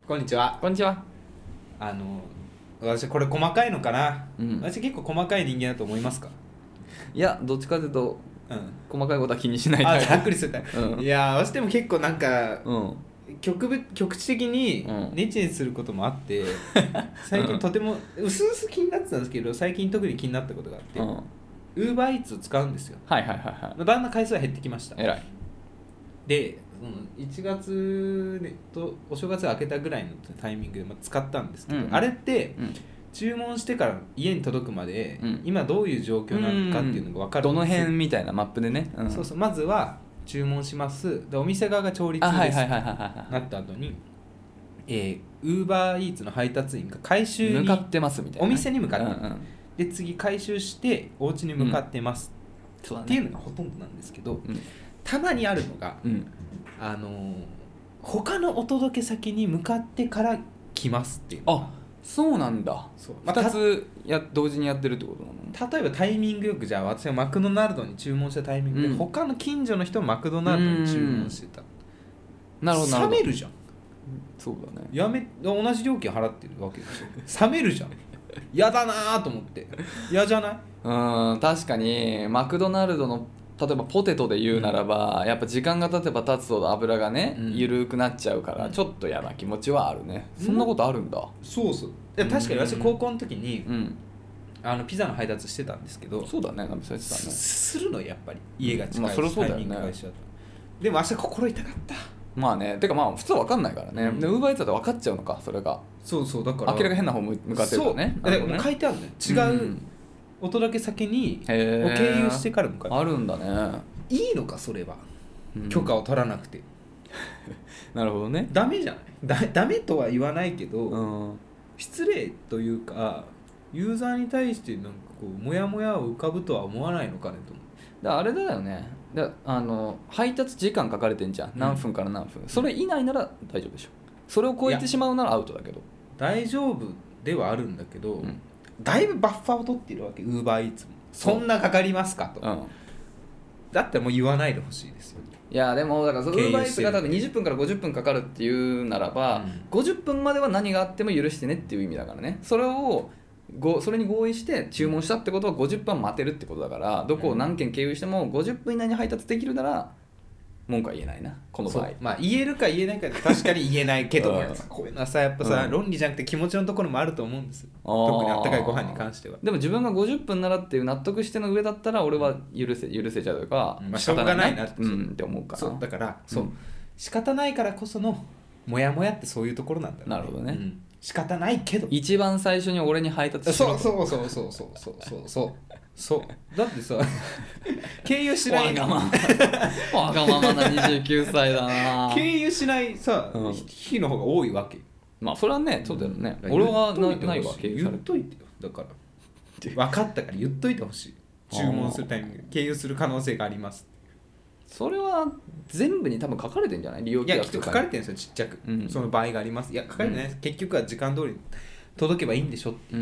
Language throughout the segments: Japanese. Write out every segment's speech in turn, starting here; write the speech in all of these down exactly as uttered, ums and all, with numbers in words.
こんにちは。 こんにちは。 あの私これ細かいのかな、 うん、 私結構細かい人間だと思いますか？ いやどっちかというと、 うん、 細かいことは気にしないタイプ。 あ、ざっくりするタイプ、うん、いや私でも結構なんか、 うん、 局部局地的にネチネチすることもあって、うん、最近とてもうすうす気になってたんですけど、最近特に気になったことがあって、ウーバーイーツを使うんですよ。 はいはいはいはい。 だんだん回数は減ってきました。 えらい。 でいちがつとお正月が明けたぐらいのタイミングで使ったんですけど、うん、あれって、うん、注文してから家に届くまで、うん、今どういう状況なのかっていうのが分かるんです。 どの辺みたいなマップでね、 うん、そうそうまずは注文します。でお店側が調理中ですなった後にえー、Uber Eats の配達員が回収に向かってますみたいな、 お店に向かって、うんうん、で次回収してお家に向かってます、うん、っていうのがほとんどなんですけど、うん、たまにあるのが、うん、あのー、他のお届け先に向かってから来ますっていう。 あ、そうなんだ。そう、まあ、ふたつや同時にやってるってことなの？ 例えばタイミングよくじゃあ私がマクドナルドに注文したタイミングで、うん、他の近所の人もマクドナルドに注文してた。 なるほど。 冷めるじゃん。 そうだね。 やめ同じ料金払ってるわけでしょ。冷めるじゃん。嫌だなと思って。嫌じゃない？ うん、確かにマクドナルドの例えばポテトで言うならば、うん、やっぱ時間が経てば経つほど油がね、うん、緩くなっちゃうからちょっと嫌な気持ちはあるね、うん、そんなことあるんだ。 そうそう。確かに私高校の時に、うん、あのピザの配達してたんですけど、 そうだね、なんかそうやってたね。 するのやっぱり家が近いし、 まあ、それそうだよね、 タイミングが一緒だと。でも明日心痛かった。 まあね、てかまあ普通は分かんないからね、うん、で Uber Eats だと分かっちゃうのか、それが。 そうそう、だから明らか変な方向かってるからね。 そう、でも書いてあるね、違う、うん、お届け先にを経由してから向かってあるんだね。 いいのかそれは、うん、許可を取らなくてなるほどね。 ダメじゃないだダメとは言わないけど、うん、失礼というかユーザーに対してなんかこうモヤモヤを浮かぶとは思わないのかねと思う。 だからあれだよね、だあの配達時間書かれてんじゃん、何分から何分、うん、それ以内なら大丈夫でしょ。それを超えてしまうならアウトだけど。 大丈夫ではあるんだけど、うん、だいぶバッファーを取っているわけ。 Uber Eats もそんなかかりますかと、うん、だってもう言わないでほしいですよ。 いやでもだから Uber Eats がにじゅっぷんからごじゅっぷんかかるっていうならば、うん、ごじゅっぷんまでは何があっても許してねっていう意味だからね。それをごそれに合意して注文したってことはごじゅっぷん待てるってことだから、どこを何件経由してもごじゅっぷん以内に配達できるなら文句は言えないな、この場合。 まあ言えるか言えないかって確かに言えないけどこういうのはさやっぱさ、うん、論理じゃなくて気持ちのところもあると思うんですよ。特にあったかいご飯に関しては。 でも自分がごじゅっぷんならっていう納得しての上だったら俺は許せ許せちゃうとか、 まあ、しょうがないなって、 うん、って思うかな。 そうだから、そう、うん、仕方ないからこそのモヤモヤってそういうところなんだよね。 なるほどね、うん、 仕方ないけど一番最初に俺に配達しろ。 そうそうそうそうそうそうそうそうだってさ経由しないわがままわがままなにじゅうきゅうさいだな。 経由しないさ、うん、日の方が多いわけ。 まあそれはね、そうだよね、うん、俺はなないわ。経由言っといてよ。だから分かったから言っといてほしい。注文するタイミング経由する可能性があります。 それは全部に多分書かれてんじゃない？利用規約とか。 いやきっと書かれてるんですよ、ちっちゃく、うん、その場合があります。いや書かれてないです、うん、結局は時間通りに届けばいいんでしょっていう、うん、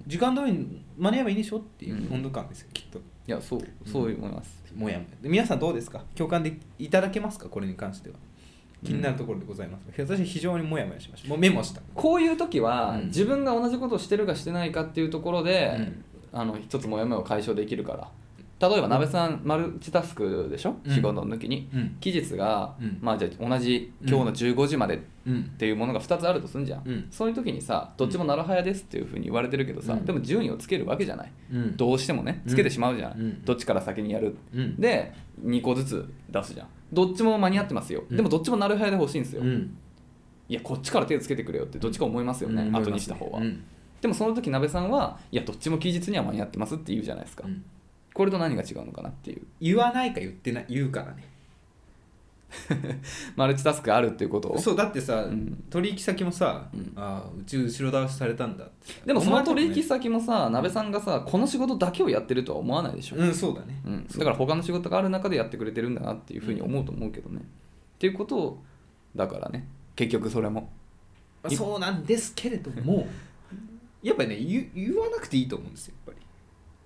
時間通りに間に合えばいいんでしょっていう温度感ですよ、きっと。 いやそうそう思います、 うん、もやもやで皆さんどうですか？共感でいただけますか？これに関しては気になるところでございます、うん、私は非常にもやもやしました。もうメモした。 こういう時は、うん、自分が同じことをしてるかしてないかっていうところで、うん、あの一つもやもやを解消できるから。例えば鍋さんマルチタスクでしょ、うん、仕事の抜きに、うん、期日が、うん、まあじゃあ同じ今日のじゅうごじまでっていうものがふたつあるとすんじゃん、うん、そういう時にさどっちもなるはやですっていうふうに言われてるけどさ、うん、でも順位をつけるわけじゃない、うん、どうしてもねつけてしまうじゃん、うん、どっちから先にやる、うん、でにこずつ出すじゃん。どっちも間に合ってますよ、うん、でもどっちもなるはやで欲しいんですよ、うん、いやこっちから手をつけてくれよってどっちか思いますよね、うん、後にした方は、うん、でもその時鍋さんはいやどっちも期日には間に合ってますって言うじゃないですか、うん、これと何が違うのかなっていう。 言わないか言ってない言うからねマルチタスクあるっていうことを。 そうだってさ、うん、取引先もさ、うん、ああうち後ろ倒しされたんだって。 でもその取引先もさ鍋さんがさこの仕事だけをやってるとは思わないでしょ。 うんそうだね、 うん、だから他の仕事がある中でやってくれてるんだなっていうふうに思うと思うけどね、うん、っていうことをだからね結局それもそうなんですけれどもやっぱりね 言, 言わなくていいと思うんですよやっぱり。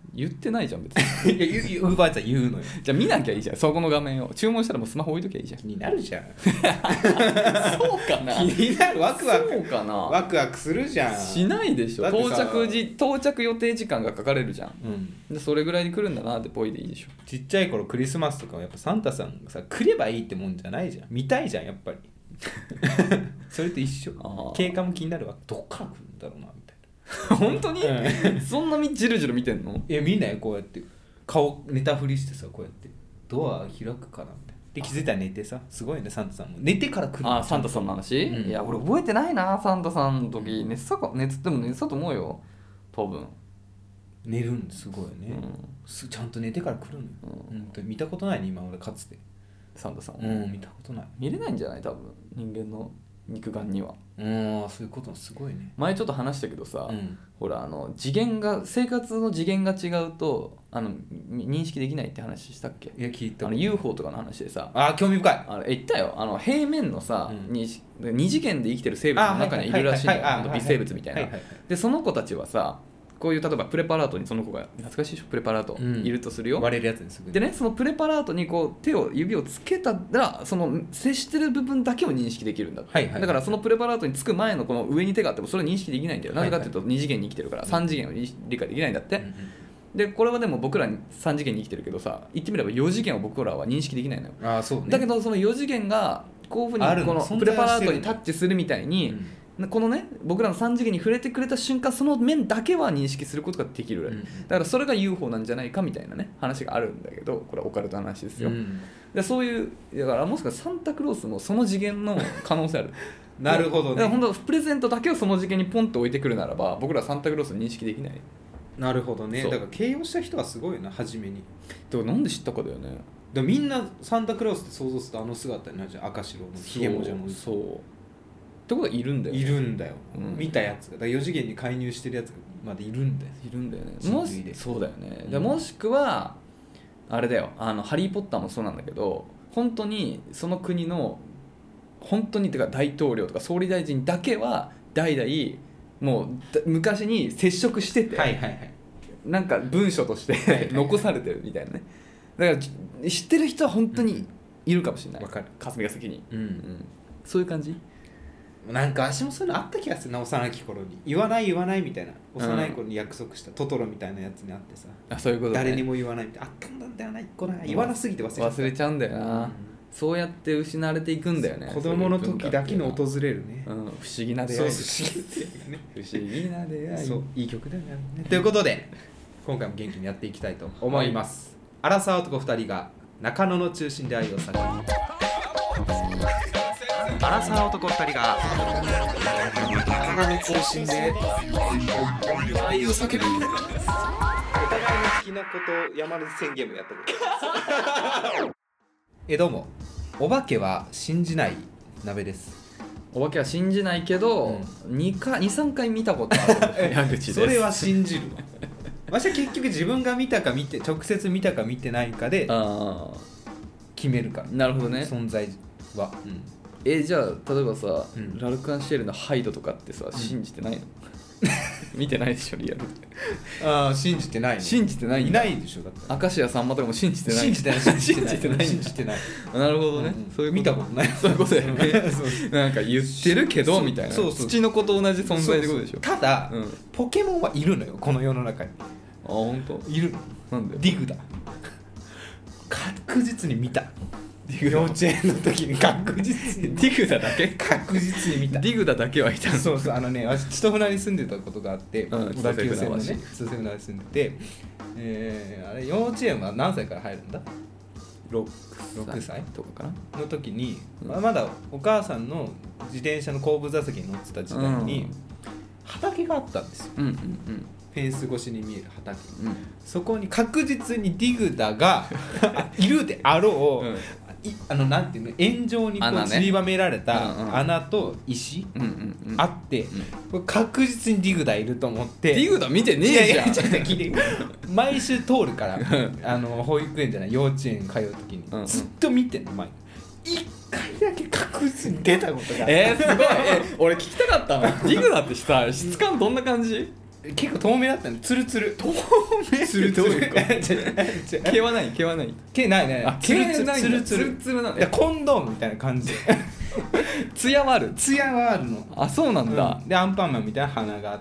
言ってないじゃん別に。 いやウーバーイーツは言うのよ。 じゃあ見なきゃいいじゃんそこの画面を。注文したらもうスマホ置いときゃいいじゃん。 気になるじゃん。 そうかな。 気になる。ワクワクそうかな。 ワクワクするじゃん。 しないでしょ。到着時到着予定時間が書かれるじゃん、うん、でそれぐらいに来るんだなってポイでいいでしょ。 ちっちゃい頃クリスマスとかはやっぱサンタさんがさ来ればいいってもんじゃないじゃん。見たいじゃんやっぱり。それと一緒。経過も気になるわ。どっから来るんだろうなみたいな。 本当に、うん、そんなみじるじる見てんの？ いや見ないこうやって顔寝たふりしてさこうやってドア開くかなみたいな。で気づいたら寝てさすごいねサンタさんも寝てから来る。 あサンタさんの話、うん、いや俺覚えてないなサンタさんの時寝てたか寝てても寝てたと思うよ多分。 寝るんすごいね、うん、ちゃんと寝てから来るのよ、うん、本当に見たことないね今俺かつてサンタさんうん見たことない。 見れないんじゃない多分人間の肉眼には。 うんそういうことすごいね。 前ちょっと話したけどさ、うん、ほらあの次元が生活の次元が違うとあの認識できないって話したっけ？ いや聞いた。 あの ユーフォー とかの話でさあ興味深い。 あの言ったよあの平面のさ、うん、に二次元で生きてる生物の中にいるらしいんだよ微生物みたいな。でその子たちはさこういう例えばプレパラートにその子が懐かしいでしょプレパラートいるとするよ、 うん、割れるやつにすぐでねそのプレパラートにこう手を指をつけたらその接してる部分だけを認識できるんだって、はいはいはい、だからそのプレパラートにつく前のこの上に手があってもそれ認識できないんだよ。なぜかっていうとに次元に生きてるからさん次元を理解できないんだって、うんうん、でこれはでも僕らさん次元に生きてるけどさ言ってみればよ次元を僕らは認識できないのよ。 あそう、ね、 だけどそのよ次元がこういうふうにこのプレパラートにタッチするみたいに、うん、このね僕らのさん次元に触れてくれた瞬間その面だけは認識することができる、うん、だからそれが ユーフォー なんじゃないかみたいなね話があるんだけどこれはオカルトの話ですよ、うん、でそういうだからもしかしたらサンタクロースもその次元の可能性ある。 なるほどね。だから本当プレゼントだけをその次元にポンと置いてくるならば僕らはサンタクロースを認識できない。 なるほどね。だから形容した人はすごいな初めに。 だからなんで知ったかだよね。 でもみんなサンタクロースって想像するとあの姿になるじゃん。赤白のひげもじゃの。 そうそうってことはいるんだよ、ね、 いるんだよ、うん、見たやつがだからよ次元に介入してるやつまでいるんだよ。 いるんだよね。もしそうだよね、うん、でもしくはあれだよあのハリー・ポッターもそうなんだけど本当にその国の本当にてか大統領とか総理大臣だけは代々もう昔に接触してて、 はいはいはい、 なんか文書として残されてるみたいなね。だから知ってる人は本当にいるかもしれない。 わ、うん、かる。 霞が関に、 うんうん、 そういう感じ。 なんか足もそういうのあった気がするな幼き頃に言わない言わないみたいな幼い頃に約束した、うん、トトロみたいなやつにあってさあそういうこと、ね、 誰にも言わないみたいなあったんだよな一個な言わなすぎて忘れちゃう忘れちゃうんだよな、うん、そうやって失われていくんだよね。 子供の時だけに訪れるね、 うん、不思議な出会いそう不思議ね不思議な出会いそういい曲だよね。ということで今回も元気にやっていきたいと思います、はい、アラサー男ふたりが中野の中心で愛を叫ぶアラサー男ふたりが中野の中心で愛を叫ぶお互いの好きなこと山根宣言もやったことえどうもお化けは信じない鍋です。 お化けは信じないけど、うん、にかいさんかい見たことある矢口です。 それは信じるわしは結局自分が見たか見て直接見たか見てないかで決めるから。 なるほどね存在は、うん、 えじゃあ例えばさ、うん、ラルクアンシェルのハイドとかってさ、うん、信じてないの見てないでしょリアルで。 ああ信じてない、ね、 信じてないいないでしょだって。 明石家さんまとかも信じてない。 信じてない信じてない信じてないなるほどね、うん、そういう見たことないそういうことだよねなんか言ってるけどみたいな。そうそう土の子と同じ存在ってことでしょ。 ただ、うん、ポケモンはいるのよこの世の中に。 あ本当いるの。 なんでディグだ確実に見た。幼稚園の時に確実にディグダだけ確実に見た。 ディグダだけはいたの。 そうそうあのね私千歳船に住んでたことがあって、 うん、 小田急線のね千歳船に住んでて、えー、あれ幼稚園は何歳から入るんだ。 ろくさいとかかなの時に、うんまあ、まだお母さんの自転車の後部座席に乗ってた時代に、うん、畑があったんですよ、 うんうんうん、 フェンス越しに見える畑、 うん、 そこに確実にディグダがいるであろう、うんいあのなんていうの円状にこう散りばめられた穴と石あって、これ確実にディグダいると思って。 ディグダ見てねえじゃん。 ちょっと聞いて毎週通るからあの保育園じゃない幼稚園通う時に、うんうん、ずっと見てんの前にいっかいだけ確実に出たことがある。 えー、すごいえ俺聞きたかったのディグダってさ質感どんな感じ。 結構透明だったの。ツルツル。 透明ツルツル。 毛はない毛はない毛ないね。 あ毛ないんだ。 ツルツルツルツルなんだ。 いやコンドームみたいな感じ。 ツヤはある。 ツヤはあるの。 あそうなんだ、 うん、でアンパンマンみたいな鼻があって。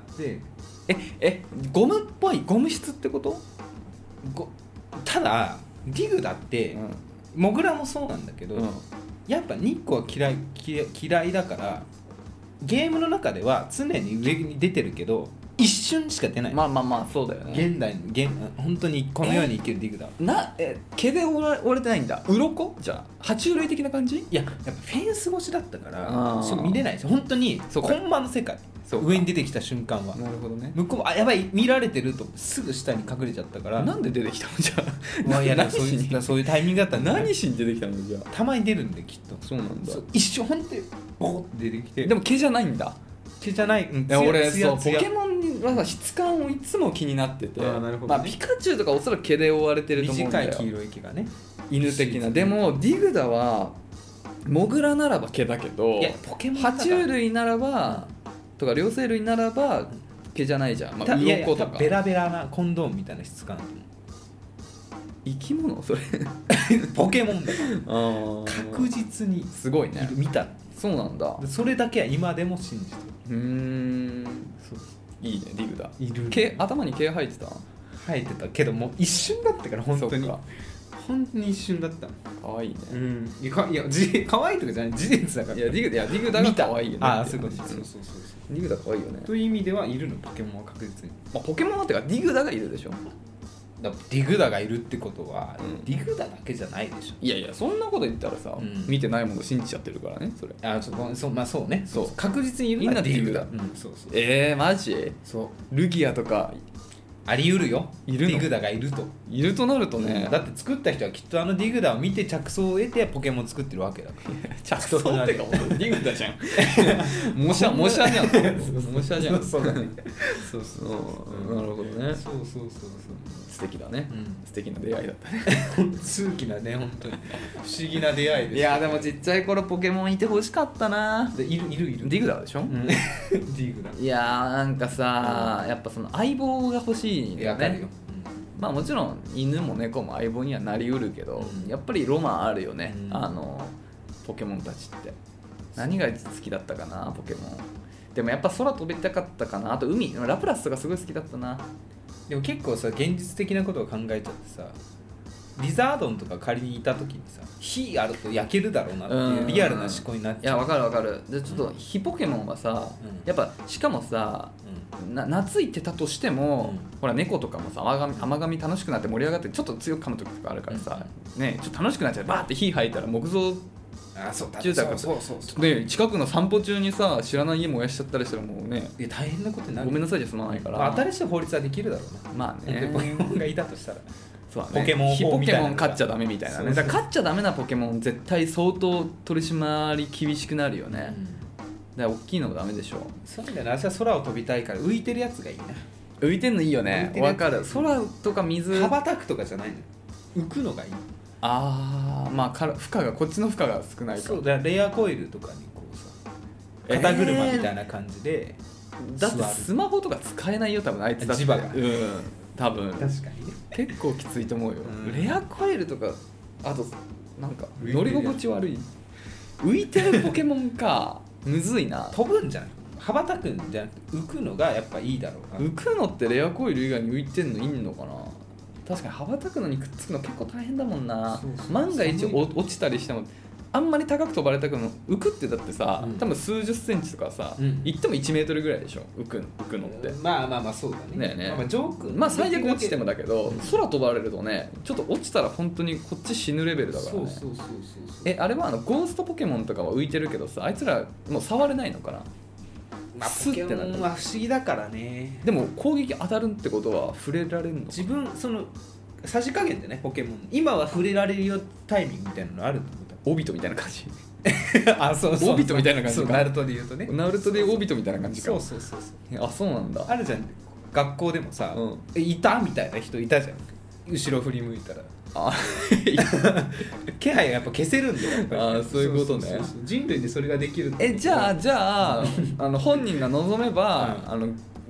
ええゴムっぽいゴム質ってこと？ ごただディグダって、うん、モグラもそうなんだけど、うん、やっぱ日光は嫌い嫌い嫌いだからゲームの中では常に上に出てるけど一瞬しか出ない。 まあまあまあそうだよね。 現代の現本当にこの世に生きるディグダーなえ毛で覆われてないんだ。鱗じゃあ爬虫類的な感じ？ いややっぱフェンス越しだったからそう見れないですよ。本当にコンマの世界。上に出てきた瞬間は。 なるほどね。 向こうあやばい見られてるとすぐ下に隠れちゃったから。 なんで出てきたのじゃあ。 まあいやそういうそういうタイミングだったんだ。 何しに出てきたのじゃあ。 たまに出るんできっと。 そうなんだ。 一瞬本当にボコって出てきて。 でも毛じゃないんだ。 毛じゃない。うん、 いや俺そうポケモンはさ質感をいつも気になってて。 あなるほど、ね。 まあピカチュウとかおそらく毛で覆われてると思うんだよ。 短い黄色い毛がね。 犬的な。でもディグダはモグラならば毛だけど、 いやポケモン爬虫類ならば。とか両生類ならば毛じゃないじゃん、まあ、鱗とかベラベラなコンドームみたいな質感。 生き物それポケモンだあ確実にすごいね。 見た。 そうなんだ。 それだけは今でも信じてる。うーんそういいねディグダ。 いる毛頭に毛生えてた？ 生えてたけどもう一瞬だったから本当に本当に一瞬だった。 可愛いね。 うん。いやかいやじ可愛いとかじゃない事実だから。 いやディグダいやディグダが可愛いよね。 ああそういうこと。そうそうそうそう。 ディグダ可愛いよね。 という意味ではいるのポケモンは確実に。 まあ、ポケモンはってかディグダがいるでしょ。 だディグダがいるってことは、 うん、 ディグダだけじゃないでしょ。 いやいやそんなこと言ったらさ、うん、見てないもの信じちゃってるからねそれ。 あそそうまあそうね。 そう確実にいるのはディグダ。 うん、そうそう。えーマジ？ そうルギアとか。 あり得るよ。 いるの？ ディグダがいるといるとなるとね、 だって作った人はきっとあのディグダを見て着想を得てポケモン作ってるわけだから着想ってかディグダじゃん模写模写じゃん模写じゃんそうだねそうそう、 うん、なるほどね。 そうそうそうそう素敵だね、うん、素敵な出会いだったね数奇なね本当に不思議な出会いです、ね、 いやでもちっちゃい頃ポケモンいてほしかったな。 でいるいるいるディグダでしょ、うん、 ディグダ。 いやーなんかさ、うん、やっぱその相棒が欲しいんだよね。まあもちろん犬も猫も相棒にはなりうるけど、うん、やっぱりロマンあるよね、うん、あのポケモンたちって。何が好きだったかなポケモン。でもやっぱ空飛びたかったかな。あと海ラプラスとかすごい好きだったな。 でも結構さ現実的なことを考えちゃってさリザードンとか仮にいた時にさ火あると焼けるだろうなっていうリアルな思考になっちゃう。 いやわかるわかる。でちょっと火ポケモンはさ、うん、やっぱしかもさ、うん、な懐いてたとしても、うん、ほら猫とかもさ甘噛み甘噛み楽しくなって盛り上がってちょっと強く噛む時とかあるからさ、うん、ねちょっと楽しくなっちゃう。バーって火吐いたら木造あそう住宅そうそうそうで近くの散歩中にさ知らない家燃やしちゃったりしたらもうねいや大変なことになる。 ごめんなさいじゃ済まないから、 まあ、新しい法律はできるだろうな。 まあねポケモンがいたとしたらそうだね、 ポケモン法みたいな。ポケモン飼っちゃダメみたいなね。そうそうだから飼っちゃダメなポケモン絶対相当取り締まり厳しくなるよね、うん、だから大きいのもダメでしょ。 そうだよね。私は空を飛びたいから浮いてるやつがいいな。 浮いてんのいいよね。わかる。空とか水羽ばたくとかじゃないの。浮くのがいい。 ああまあから負荷がこっちの負荷が少ないから。 そうだからレアコイルとかにこうさ肩車みたいな感じで、えー、だってスマホとか使えないよ多分あいつだって磁場がうん多分確かにね結構きついと思うよ、うん、レアコイルとかあとなんか乗乗り心地悪い浮いてるポケモンかむずいな。 飛ぶんじゃない羽ばたくんじゃなくて浮くのがやっぱいいだろうな。 浮くのってレアコイル以外に浮いてんのいんのかな。確かに羽ばたくのにくっつくの結構大変だもんな。そうそう万が一落ちたりしてもあんまり高く飛ばれたくの浮くってだってさ、うん、多分数十センチとかさ、うん、行ってもいちメートルぐらいでしょ浮く、浮くのって。 まあまあまあそうだね。 ねえねまあ、上空まあ最悪落ちてもだけど、うん、空飛ばれるとねちょっと落ちたら本当にこっち死ぬレベルだからね。 そうそうそうそうそう。 えあれはあのゴーストポケモンとかは浮いてるけどさあいつらもう触れないのかな。 まあ、ポケモンは不思議だからね。 でも攻撃当たるってことは触れられるの。 自分そのさじ加減でねポケモン今は触れられるよタイミングみたいなのあると思った。 オビトみたいな感じあそうそうオビトみたいな感じか。 ナルトで言うとねナルトでオビトみたいな感じか。 そうそうそうそうあそうなんだ。 あるじゃん学校でもさ、うん、えいたみたいな人いたじゃん後ろ振り向いたらあ気配がやっぱ消せるんだよやっぱり。 あそういうことね。そうそうそう人類でそれができる。 えじゃあじゃああの本人が望めば、 うん、 あの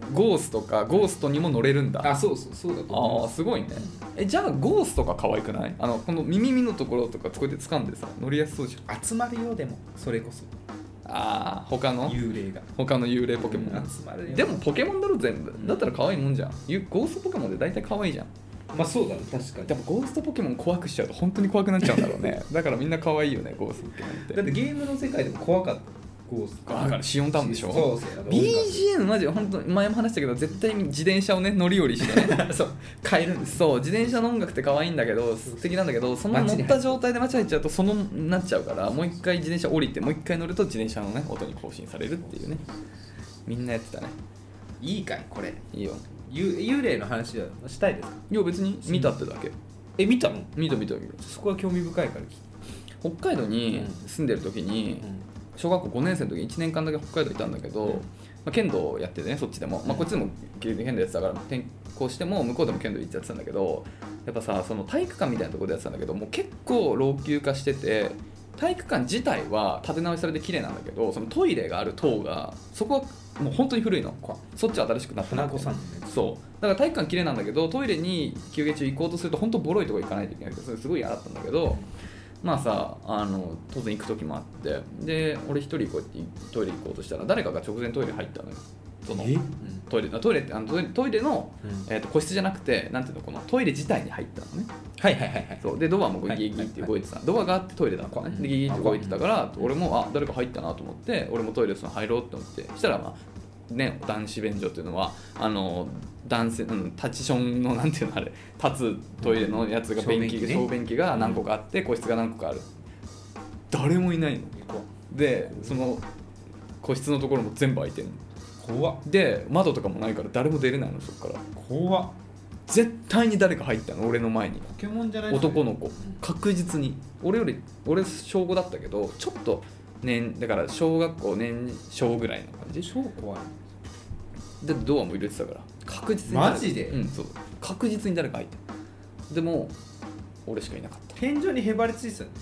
ゴーストかゴーストにも乗れるんだ。 あ、そうそうそうだと思います。 ああすごいね。えじゃあゴーストが可愛くない？あのこの耳のところとかこうやって掴んでさ乗りやすそうじゃん。 集まるよ。でもそれこそああ他の幽霊が他の幽霊ポケモン、 うん、集まるよ。 でもポケモンだろ全部、だったら可愛いもんじゃん。ゴーストポケモンで大体可愛いじゃん。 まあそうだね、確かに。 でもゴーストポケモン怖くしちゃうと本当に怖くなっちゃうんだろうね。だからみんな可愛いよねゴーストポケモンって。 だってゲームの世界でも怖かった。ゴーストだからシオンタウンでしょ。 そうそうビージーエム マジで本当前も話したけど絶対に自転車をね乗り降りしてねそう変えるんです。 そう自転車の音楽って可愛いんだけど素敵なんだけど、その乗った状態で街入っちゃうとそのなっちゃうから、もう一回自転車降りてもう一回乗ると自転車のね音に更新されるっていうね。みんなやってたね。 いいかいこれ。 いいよ。 幽霊の話はしたいですか？ いや別に見たってだけ。 え見たの？ 見た見た見た。 そこは興味深いから聞いて。 北海道に住んでる時に、うん小学校ごねん生の時にいちねんかんだけ北海道いたんだけど、うんまあ、剣道やっててねそっちでも、まあ、こっちでも剣道やってたから転校しても向こうでも剣道行っちゃってたんだけど、やっぱさその体育館みたいなところでやってたんだけどもう結構老朽化してて、体育館自体は建て直しされて綺麗なんだけどそのトイレがある棟がそこはもう本当に古いの。そっちは新しくなってなくて、そうだから体育館綺麗なんだけどトイレに休憩中行こうとすると本当ボロいとこ行かないといけないけどそれすごい嫌だったんだけど、まあさあの当然行く時もあってで俺一人こうやってトイレ行こうとしたら誰かが直前トイレ入ったのよ。そのトイレトイレってあのトイレトイレの、うんえー、と個室じゃなくてなんていうのこのトイレ自体に入ったのね。 はいはいはいはいそうでドアもギギギって動いてた、はいはいはい、ドアがあってトイレだったのね。でギギギって動いてたから俺もあ誰か入ったなと思って俺もトイレその入ろうって思ってしたらまあね男子便所っていうのはあの男性、うん、タチションのなんていうのあれ立つトイレのやつが便器、小便器が何個かあって個室が何個かある。誰もいないのでその個室のところも全部開いてるの。 怖っ。 で窓とかもないから誰も出れないのそこから。 怖っ。 絶対に誰か入ったの俺の前に。 ポケモンじゃない男の子確実に。俺より俺小ごだったけどちょっと年だから小学校年少ぐらいの感じ。 超怖い。 でドアも入れてたから確実にマジで、 うん、そう確実に誰か入ってる。でも俺しかいなかった。 天井にへばりついてたの。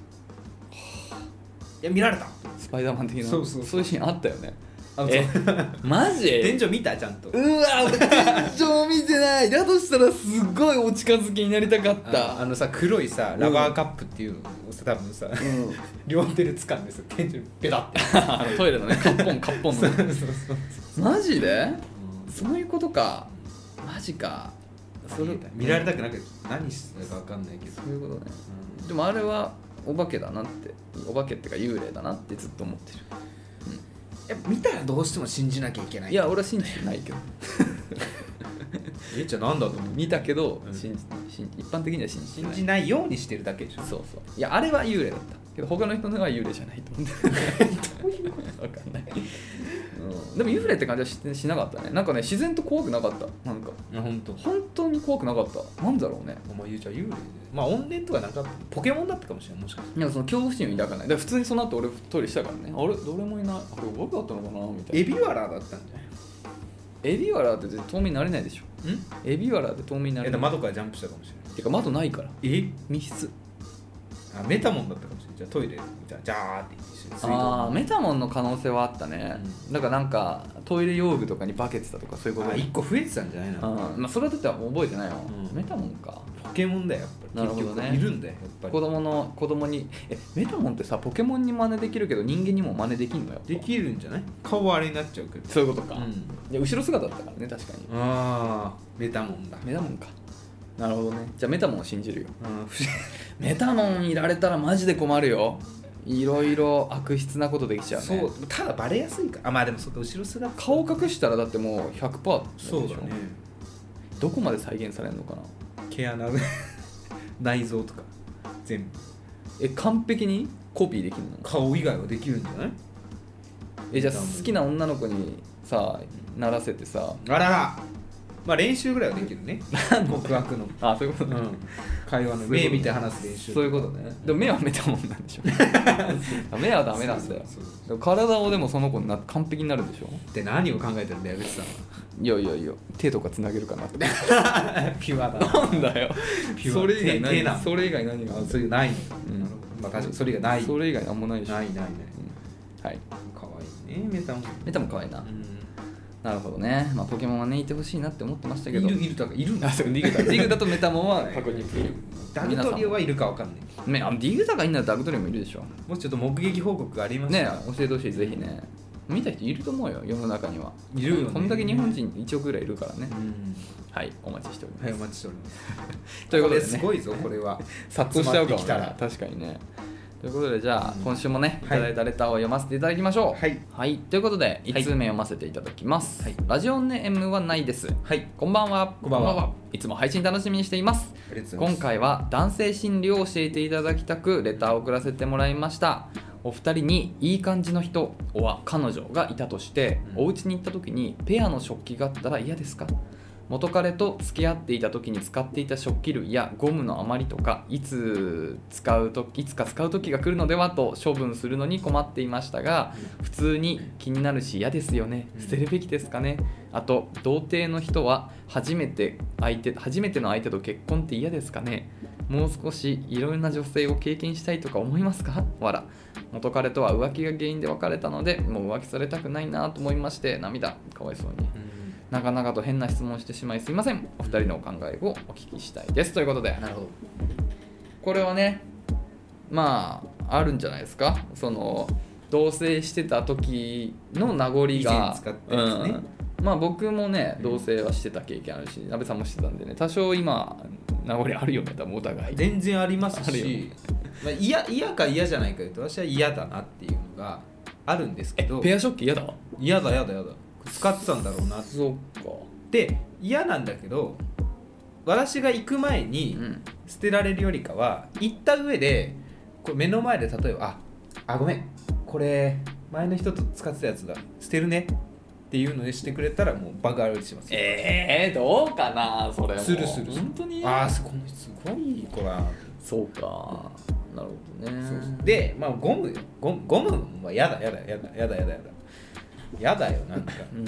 いや見られたスパイダーマン的なそうそうそういうシーンあったよね。 あえマジ天井見たちゃんと。 うわ天井見てない。だとしたらすごいお近づきになりたかった。 あ, あのさ黒いさラバーカップっていうのをさ多分さ、うん、両手で掴んでさ天井にベタってあのトイレのねカッポンカッポンのそうそうそうマジで、うん、そういうことか。マジか。 それ見られたくなくて何してたか分かんないけどそういうことね、うん、でもあれはお化けだなってお化けってか幽霊だなってずっと思ってる、 うん、やっぱ見たらどうしても信じなきゃいけない。 いや俺は信じてないけどえじゃあ何だと思う。 見たけど、うん、信じ信一般的には信じない信じないようにしてるだけでしょ。 そうそういやあれは幽霊だったけど他の人のは幽霊じゃないと思ってどういうことか分かんない、うん、でも幽霊って感じは し, しなかったね。なんかね自然と怖くなかった。なんか本当本当に怖くなかった。なんだろうね。 お前言うじゃ幽霊でまあ怨念とかなんかポケモンだったかもしれない。もしかしていやその恐怖心を抱かない。だから普通にその後俺トイレしたからね。あれどれもいない。あれお化けだったのかなみたいな。 エビワラだったんじゃない。 エビワラって透明になれないでしょ。んエビワラって透明になれない。 窓からジャンプしたかもしれない。 てか窓ないから。 え密室。 あメタモンだったかもしれない。じゃあトイレじゃあジャーって一緒にああメタモンの可能性はあったね、うん、だからなんかトイレ用具とかに化けてたとかそういうこと。 あいっこ増えてたんじゃないの。 うんまあそれはだって覚えてないわ、うん、メタモンかポケモンだよやっぱり。 なるほどね。 いるんだよやっぱり。 子供の子供にえメタモンってさポケモンに真似できるけど人間にも真似できんのよ。 できるんじゃない。顔はあれになっちゃうけど。 そういうことか、 うん、 いや後ろ姿だったからね確かに。 ああメタモンだ。 メタモンか。なるほどね。じゃあメタモンを信じるよ。メタモンいられたらマジで困るよ。いろいろ悪質なことできちゃうね。 そうただバレやすいか。あまあでもそうか後ろ姿顔隠したらだってもう ひゃくパーセント でしょ。 そうだね。 どこまで再現されるのかな。 毛穴内臓とか全部え完璧にコピーできるの。 顔以外はできるんじゃない。 えじゃあ好きな女の子にさならせてさあららまあ練習ぐらいはできるね。告白のあそういうことね、うん、 会話の目見て話す練習。 そういうことね。でも目はメタモンなんでしょ目はダメなんだよ。そうそうそう体をでもその子にな完璧になるんでしょ。 で何を考えてるんだよ別さんは。 いやいやいや手とかつなげるかなってピュアだなんだよピュアそれ以外何それ以外何がそれないの、うんまあ、確かにそれがないそれ以外何もないでしょ。 ないないない、 うん、はいかわいいねメタモン。 メタモンかわいいな、 うん、 なるほどね、まあ、ポケモンはねいてほしいなって思ってましたけどいるいるだからいるんだあそうディグダディグダとメタモンは確実にいるダグトリオはいるかわかんないね、あディグダがいいならダグトリオもいるでしょもしちょっと目撃報告がありましたね教えてほしいぜひね見た人いると思うよ世の中にはいるよ、ね、 こんだけ日本人いちおくぐらいいるからね、 うん、 はいお待ちしておりますはいお待ちしておりますということで、ね、 すごいぞこれは殺到しちゃうかもね確かにねということでじゃあ、うん、今週もねいただいたレターを読ませていただきましょうはい、はい、ということでいちつうめ読ませていただきます、はい、ラジオネームはないです、はい、こんばんはこんばんはいつも配信楽しみにしていますありがとうございます今回は男性心理を教えていただきたくレターを送らせてもらいましたお二人にいい感じの人は彼女がいたとして、うん、お家に行った時にペアの食器があったら嫌ですか元彼と付き合っていた時に使っていた食器類やゴムの余りとかいつ使うといつか使う時が来るのではと処分するのに困っていましたが、うん、普通に気になるし嫌ですよね捨てるべきですかね、うん、あと童貞の人は初めて相手初めての相手と結婚って嫌ですかねもう少しいろんな女性を経験したいとか思いますかわら元彼とは浮気が原因で別れたのでもう浮気されたくないなと思いまして涙かわいそうに、うんなかなかと変な質問をしてしまいすいませんお二人のお考えをお聞きしたいですということでなるほどこれはねまああるんじゃないですかその同棲してた時の名残が以前使ってですね、 うん、まあ僕もね同棲はしてた経験あるし鍋さんもしてたんでね多少今名残あるよね多分お互い全然ありますしまあ、嫌, 嫌か嫌じゃないかというと私は嫌だなっていうのがあるんですけどペア食器嫌だ嫌だ嫌だ嫌だ使ってたんだろうなそうかで嫌なんだけど私が行く前に捨てられるよりかは、うん、行った上でこれ目の前で例えばああごめんこれ前の人と使ってたやつだ捨てるねっていうのでしてくれたらもうバカ歩きしますえーどうかなそれもするする本当にああすごいすごい子だそうかなるほどねそうそうでまあゴムゴムゴムは嫌だ嫌だ嫌だ嫌だ嫌だ嫌だ嫌だよなんか、うん、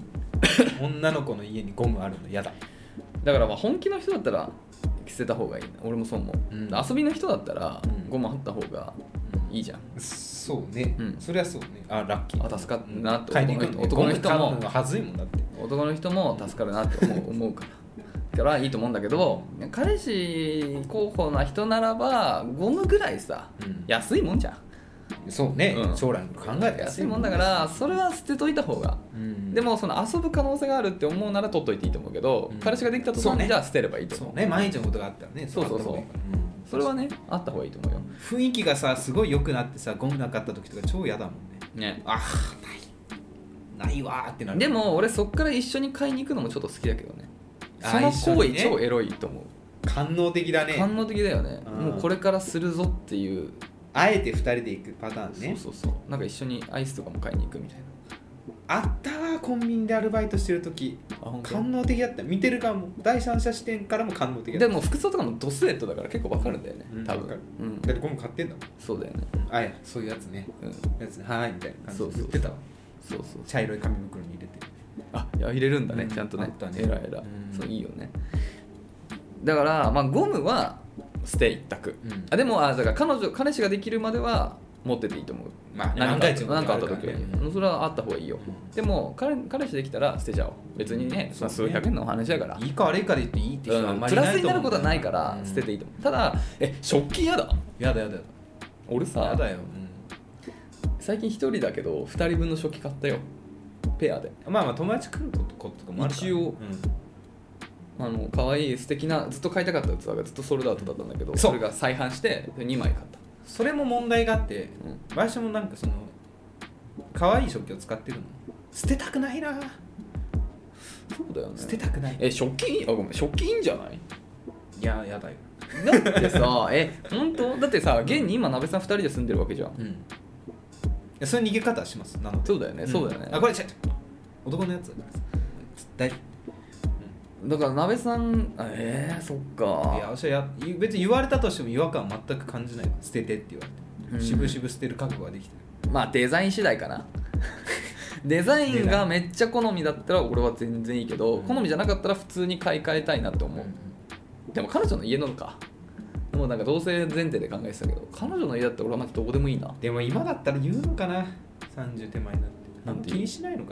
女の子の家にゴムあるの嫌だだからまあ本気の人だったら捨てた方がいい俺もそう思う、うん、遊びの人だったらゴムあった方がいいじゃん、 うん、そうね、うん、それはそうねあラッキーあ助かるなって男の人、男の人もはずいもんだって男の人も助かるなって思う思うからからいいと思うんだけど彼氏候補な人ならばゴムぐらいさ、うん、安いもんじゃんそうね、うん、将来の考えて安いもんだからそれは捨てといた方が、うん、でもその遊ぶ可能性があるって思うなら取っといていいと思うけど、うん、彼氏ができたところにじゃあ捨てればいいと思うそうね毎日のことがあったらねそうそうそう、うん、それはねあった方がいいと思うよ雰囲気がさすごい良くなってさゴムなかった時とか超嫌だもんねねあないないわーってなるでも俺そっから一緒に買いに行くのもちょっと好きだけどねその行為、ね、超エロいと思う官能的だね官能的だよねもうこれからするぞっていうあえてふたりで行くパターンねそうそうそうなんか一緒にアイスとかも買いに行くみたいなあったわコンビニでアルバイトしてる時官能的だった見てるからも第三者視点からも官能的だったでも服装とかもドスウェットだから結構わかるんだよね、うん、多分、 うん、だってゴム買ってんだもんそうだよねあいやそういうやつね、うん、やつねはーいみたいな感じで言ってたわそうそうそう茶色い紙袋に入れてあいや入れるんだね、うん、ちゃんとねねえらえら、うん、そういいよねだからまあゴムは捨て一択、うん、あでもあだから彼女彼氏ができるまでは持ってていいと思う、 まあ、 何か何かあった時は、ね、それはあった方がいいよ、うん、でも 彼, 彼氏できたら捨てちゃおう別にね、うん、数百円の話だからいいか悪いかで言っていいって人はあんまりプラスになることはないから捨てていいと思う、うん、ただえ食器嫌だ嫌だ嫌だ俺さ嫌だよ、うん、 最近一人だけど二人分の食器買ったよペアでまあまあ友達来ることとかもあるから、 一応、うんあの可愛い素敵なずっと買いたかったやつがずっとソールドアウトだったんだけど そ, それが再販してにまい買ったそれも問題があって、うん、私もなんかその可愛い食器を使ってるの捨てたくないなそうだよね捨てたくないえ食器あごめん食器いいんじゃないいややだよだってさえ本当だってさ現に今鍋さんふたりで住んでるわけじゃん、うん、いやそういう逃げ方はしますなのそうだよね、うん、そうだよねあこれちょっと男のやつ大丈夫だから鍋さんえー、そっかいや私はや別に言われたとしても違和感は全く感じない捨ててって言われて、うん、渋々捨てる覚悟ができてるまあデザイン次第かなデザインがめっちゃ好みだったら俺は全然いいけど、うん、好みじゃなかったら普通に買い替えたいなって思う、うん、でも彼女の家なのかもうなんか同性前提で考えてたけど彼女の家だって俺はまずどこでもいいなでも今だったら言うのかなさんじゅう手前になってなんて気にしないのかな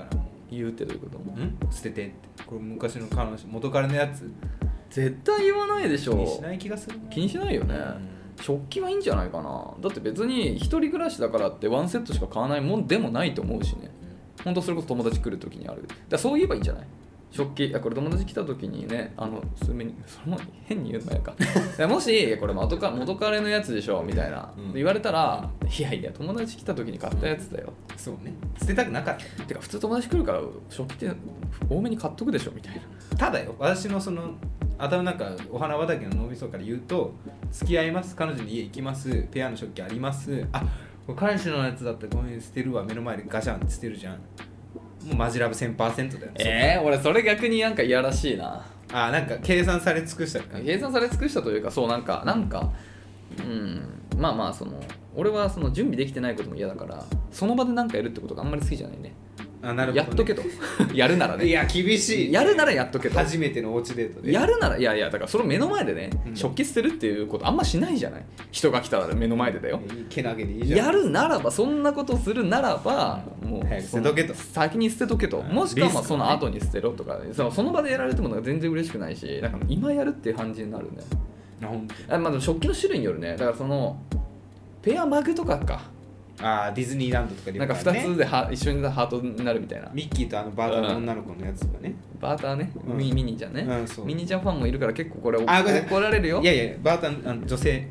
言うってどういうこと？ ん捨ててって。これ昔の彼女元彼のやつ絶対言わないでしょ。 気にしない気がする。 気にしないよね、うん、食器はいいんじゃないかな。だって別に一人暮らしだからってワンセットしか買わないもんでもないと思うしね。本当それこそ友達来る時にある。だからそう言えばいいんじゃない？食器、いやこれ友達来た時にね、あの数名にその変に言うのやかもしこれ元か元彼のやつでしょみたいな、うん、言われたら、いやいや友達来た時に買ったやつだよ、 うん、そうね、捨てたくなかった。 てか普通友達来るから食器って多めに買っとくでしょみたいな。 ただよ、私のその頭の中お花畑の脳みそから言うと、付き合います、彼女の家行きます、ペアの食器あります、あ彼氏のやつだったらごめん捨てるわ、目の前でガシャンって捨てるじゃん。もうマジラブ せんパーセント だよ。 えー、俺それ逆になんかいやらしいな。 あーなんか計算され尽くしたか計算され尽くしたというか、そうなんかなんかうんまあまあその俺はその準備できてないことも嫌だから、その場でなんかやるってことがあんまり好きじゃないね。 あ、なるほどね、 やっとけとやるならね。 いや厳しい。 やるならやっとけと。 初めてのおうちデートでやるなら、いやいやだからその目の前でね、うん、食器捨てるっていうことあんましないじゃない。人が来たら目の前でだよ。 けなげでいいじゃん。 やるならば、そんなことするならば、うん、もう早く捨てとけと。 先に捨てとけと、うん、もしくはまあその後に捨てろとか、ね、そのその場でやられても全然嬉しくないし、なんか今やるっていう感じになるね。 あ、ほんと。 あ、まあ、食器の種類によるね。だからそのペアマグとかか。 あディズニーランドとかで、 ね、なんかふたつでは一緒にハートになるみたいな。 ミッキーとあのバーターの女の子のやつとかね、 うん、バーターね、うん、ミ, ミニーちゃんね、うん、ミニーちゃんファンもいるから結構これ怒られるよ。 いやいやバーターあの女性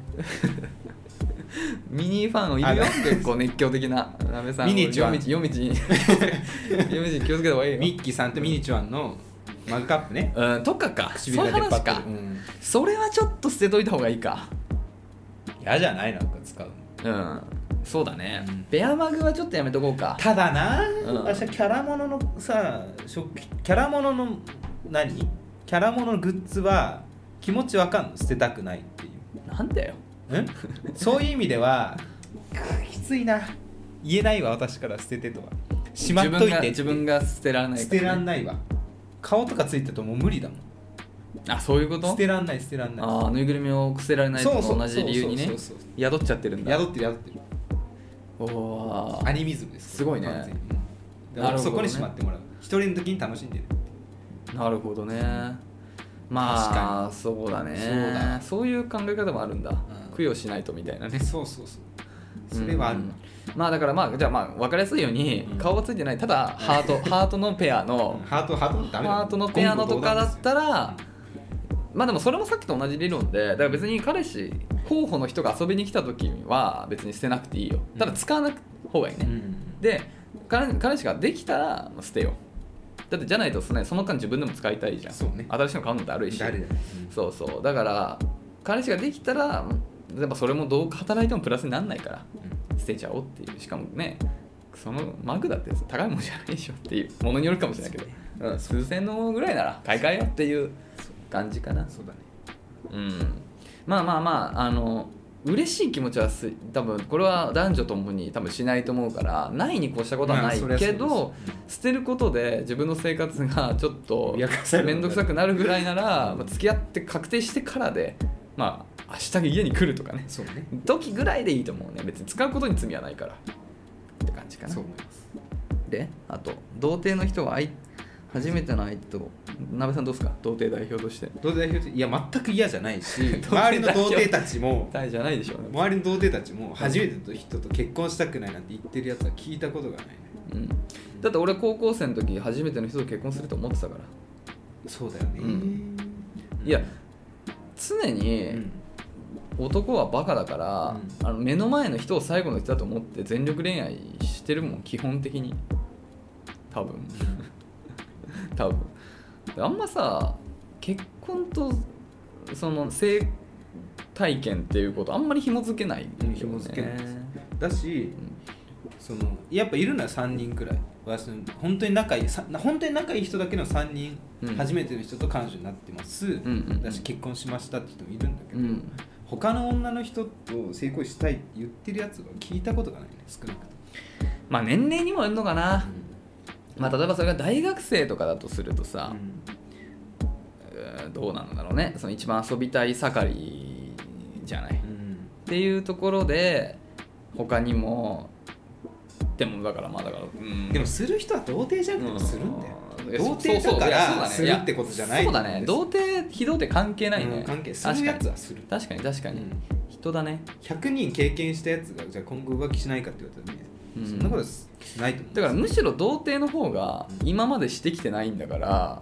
ミニーファンいるよ結構熱狂的な。なべさんミニチュアン夜道夜道気をつけた方がいいよ。 ミッキーさんとミニチュアンのマグカップね、 うん、とかかそういう話か、うん、それはちょっと捨てといた方がいいか。 嫌じゃないなんか使うの。うんそうだね、うん、ペアマグはちょっとやめとこうか。 ただな、うん、私はキャラもののさ食キャラものの何キャラもののグッズは気持ちわかんの、捨てたくないっていう。 なんだよんそういう意味ではきついな、言えないわ私から捨ててとは。しまっといてって自分が自分が捨てられないから、 ね、捨てらんないわ。顔とかついてるともう無理だもん。 あ、そういうこと。 捨てらんない捨てらんない。 ああ、ぬいぐるみを捨てられないと同じ理由にね宿っちゃってるんだ。 宿ってる宿ってる。おアニミズムです。 すごいね。 だからそこにしまってもらう。一人の時に楽しんでる。 なるほどね。まあそうだね。そうだ。そういう考え方もあるんだ。供養しないとみたいなね。 そうそうそう。それはある。 まあだからまあじゃあまあ分かりやすいように顔がついてない、ただハートハートのペアのハートハートダメだ。 ハートのペアのとかだったら。まあでもそれもさっきと同じ理論で、だから別に彼氏候補の人が遊びに来た時は別に捨てなくていいよ。ただ使わない方がいいね、うん、で 彼, 彼氏ができたら捨てよう。だってじゃないとその間自分でも使いたいじゃん。そう、ね、新しいの買うのだるいし、うん、そうそうだから彼氏ができたらやっぱそれもどう働いてもプラスにならないから、うん、捨てちゃおうっていう。しかもねそのマグだって高いもんじゃないでしょっていうものによるかもしれないけど、うん、数千のぐらいなら買い替えようっていう感じかな。 そうだね。 うん。まあまあまああの嬉しい気持ちはす多分これは男女ともに多分しないと思うからないに越したことはないけど、捨てることで自分の生活がちょっと面倒くさくなるぐらいなら、まあ、付き合って確定してからでまあ明日家に来るとかね。そうね。時ぐらいでいいと思うね。別に使うことに罪はないからって感じかな。 そう思います。 であと童貞の人は相初めての相手となべさんどうですか。童貞代表として。 童貞代表っていや全く嫌じゃないし周りの童貞たちもじゃないでしょうね。 周りの童貞たちも初めての人と結婚したくないなんて言ってるやつは聞いたことがないね、 うん、だって俺高校生の時初めての人と結婚すると思ってたから。 そうだよね、うん、 いや常に男はバカだから、うん、あの目の前の人を最後の人だと思って全力恋愛してるもん基本的に多分多分あんまさ結婚とその性体験っていうことあんまり紐付けないよね、うん、紐付けないだし、うん、そのやっぱいるのはさんにんくらい本当に仲いい本当に仲いい人だけのさんにん、うん、初めての人と彼女になってます、うんうん、だし結婚しましたって人もいるんだけど、うん、他の女の人と性行為したいって言ってるやつは聞いたことがないね少なくとも。 まあ年齢にもよるのかな、うんまあ、例えばそれが大学生とかだとするとさ、うん、どうなんだろうね。その一番遊びたい盛りじゃない、うん、っていうところで他にもってもだからまあだから、うん、 でもする人は童貞じゃなくてもするんだよ、うん、童貞だからするってことじゃない。 そうだね、童貞非童貞関係ないね、 うん、関係するやつはする。 確かに確かに、うん、人だね。 ひゃくにん経験したやつがじゃあ今後浮気しないかって言われたらね、うん、そんなことないと思う。 だからむしろ童貞の方が今までしてきてないんだから、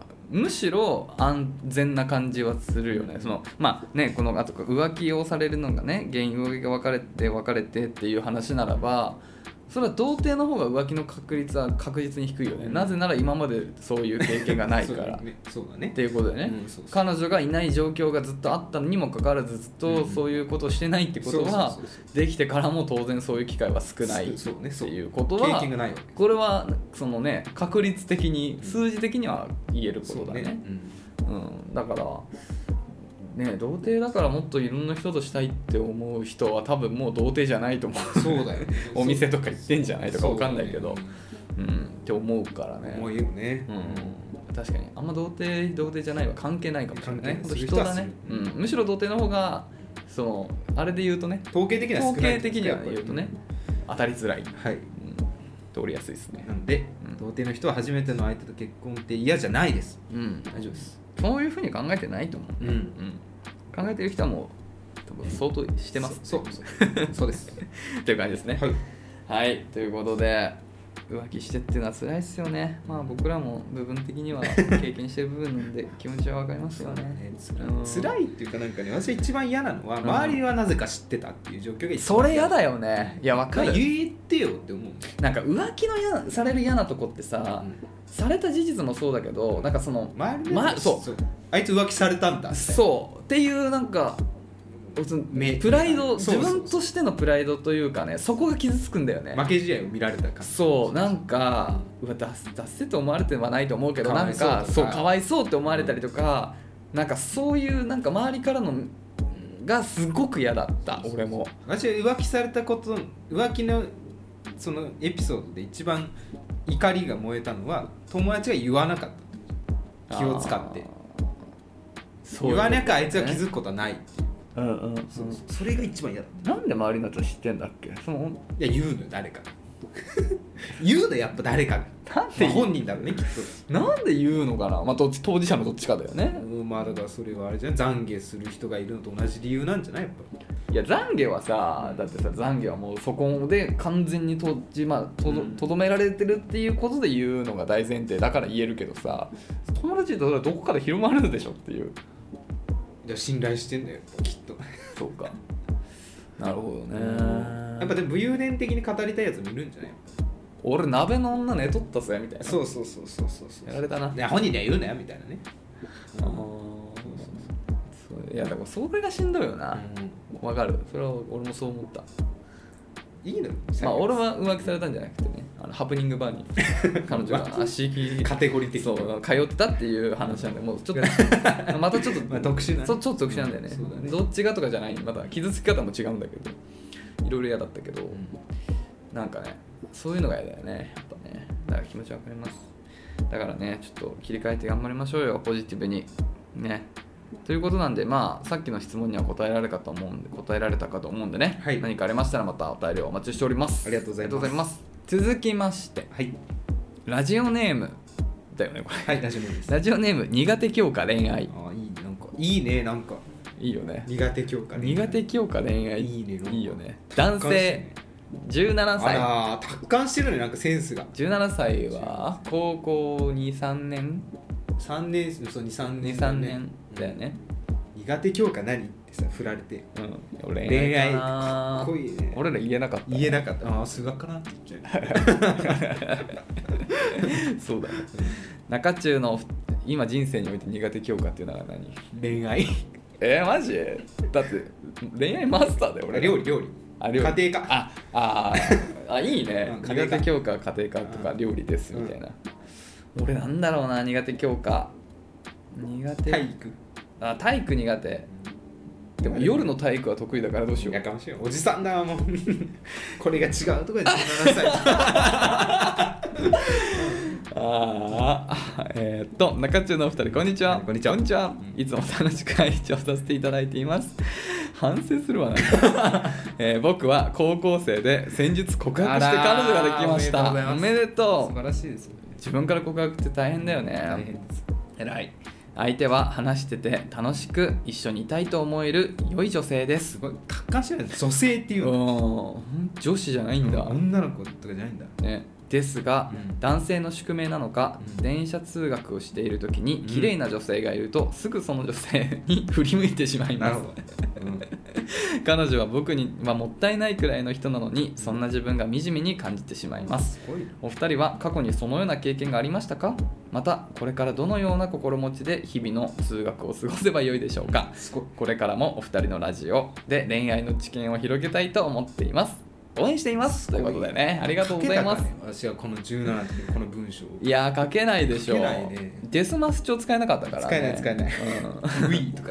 むしろ安全な感じはするよね。そのまあね、このあと浮気をされるのがね、原因浮気が別れて別れてっていう話ならば、それは童貞の方が浮気の確率は確実に低いよね、うん、なぜなら今までそういう経験がないからそうだねっていうことでね、うん、そうそう、彼女がいない状況がずっとあったにもかかわらずずっとそういうことをしてないってことは、できてからも当然そういう機会は少ないっていうことは、経験がないわけ。これはそのね、確率的に数字的には言えることだね、ね、うんうん、だからね、童貞だからもっといろんな人としたいって思う人は多分もう童貞じゃないと思う。 そうだよ、ね、 お店とか行ってんじゃないとか分かんないけど、う、ね、うん、って思うからね。 思うよね、 うん、確かにあんま童貞童貞じゃないは関係ないかもしれないね。人だね、うん、むしろ童貞の方がそのあれで言うとね、 統計的には少ない、 統計的には言うとね、当たりづらい、 はい、うん、 通りやすいですね。 なので、うん、童貞の人は初めての相手と結婚って嫌じゃないです、うん、大丈夫です。 そういうふうに考えてないと思う、うんうん、考えてる人はもう多分相当してます、ね、 そうそうそうですっていう感じですね。はい、はい、ということで浮気してっていうのは辛いですよね。まあ僕らも部分的には経験してる部分なんで気持ちは分かりますよね。ね、 辛いっていうかなんかね、私一番嫌なのは周りはなぜか知ってたっていう状況が一番嫌。 それ嫌だよね。いや分かる。 言ってよって思う。 なんか浮気のやされる嫌なとこってさ、うん、された事実もそうだけど、なんかその周りのやつ、そうそう、あいつ浮気されたんだそうっていうなんかプライド、自分としてのプライドというかね、そこが傷つくんだよね。 負け試合を見られた感じ。 そう、なんかうわ出せと思われてはないと思うけど、なんかそうかわいそうって思われたりとか、うん、なんかそういうなんか周りからのがすごく嫌だった。俺も私は浮気されたこと、浮気のそのエピソードで一番怒りが燃えたのは友達が言わなかった。気を使って言わなきゃあいつは気づくことはないっていう。うんうんうん、そうそう、それが一番嫌だった。 なんで周りのやつは知ってんだっけ。そのいや言うのよ、誰か言うのやっぱ誰かが。なんで、まあ、本人だろうねきっと。なんで言うのかな。まあどっち、当事者のどっちかだよね。 うん、まあだからそれはあれじゃん、懺悔する人がいるのと同じ理由なんじゃないやっぱり。いや懺悔はさ、だってさ、懺悔はもうそこで完全にとじ、まあ、とど、とどめられてるっていうことで言うのが大前提だから言えるけどさ、友達とどこかで広まるでしょっていう。 いや信頼してんだよきっと。 そうか。なるほどね。 やっぱでも武勇伝的に語りたいやつもいるんじゃない。 俺鍋の女寝とったぜみたいな。 そうそうそうそうそうそう。 やられたな。 いや本人には言うなよみたいなね。ああ。 いやだからそれがしんどいよな。わ、うん、かる。それは俺もそう思った。 いいの。 まあ俺は浮気されたんじゃなくてね、あのハプニングバーに彼女が足カテゴリー的にそう通ってたっていう話なんで、もうちょっとまたちょっとまあ特殊な、ね、 そうちょっと特殊なんだよね。うん、ね、どっちがとかじゃない、また傷つき方も違うんだけど、いろいろ嫌だったけど、うん、なんかねそういうのが嫌だよねやっぱね。だから気持ちわかります。だからねちょっと切り替えて頑張りましょうよ、ポジティブにね。ということなんで、まあさっきの質問には答えられたかと思うんで答えられたかと思うんでね、はい、何かありましたらまたお便りをお待ちしております。 ありがとうございます。 続きまして、はい、ラジオネームだよねこれ。 はい、ラジオネームです。 ラジオネーム苦手教科恋愛。 ああいい、なんかいいね、なんかいいよね。 苦手教科恋愛。 苦手教科恋愛いいね、 いいよね。男性じゅうななさい。 ああ達観してるね、なんかセンスが。 じゅうななさいは高校に、さんねんさんねんそうに、さんねん、 に、さんねんだよね。 苦手教科何ってさ振られて、 うん、恋愛恋愛かっこいいね。 俺ら言えなかった。 言えなかった。ああ数学かなって言っちゃう。そうだね。中中の今人生において苦手教科っていうのは何？ 恋愛。 えー、マジ？だって恋愛マスターだよ俺。 料理料理。 あ料理。 家庭科。 あああいいね。苦手教科家庭科とか料理ですみたいな。うん、俺なんだろうな苦手教科。苦手。 体育。 あ体育苦手。でも夜の体育は得意だからどうしよう。 やかもしれん。おじさんだもう。これが違うとかじゅうななさい。 ああえー、っと中中のお二人こんにちは。 こんにちは。 こんにちは。いつも楽しく拝聴させていただいています。 反省するわな、えー、僕は高校生で先日告白して彼女ができました。おめでとう。 素晴らしいです、ね、 自分から告白って大変だよね。 大変です。偉い。 相手は話してて楽しく一緒にいたいと思える良い女性です。 すごい達観してない。女性っていうの女子じゃないんだ、 女の子とかじゃないんだ、 ね、ですが、うん、男性の宿命なのか、うん、電車通学をしている時に綺麗な女性がいると、うん、すぐその女性に振り向いてしまいます。なるほど、うん、彼女は僕にはもったいないくらいの人なのに、そんな自分が惨めに感じてしまいます。すごい。お二人は過去にそのような経験がありましたか？またこれからどのような心持ちで日々の通学を過ごせばよいでしょうか？すごい。これからもお二人のラジオで恋愛の知見を広げたいと思っています。応援していますということでね、ありがとうございます。ね、 私はこのじゅうななっていうこの文章いや書けないでしょ。 書けないね。 デスマス帳使えなかったから、ね、 使えない使えない、うん、ウィーとか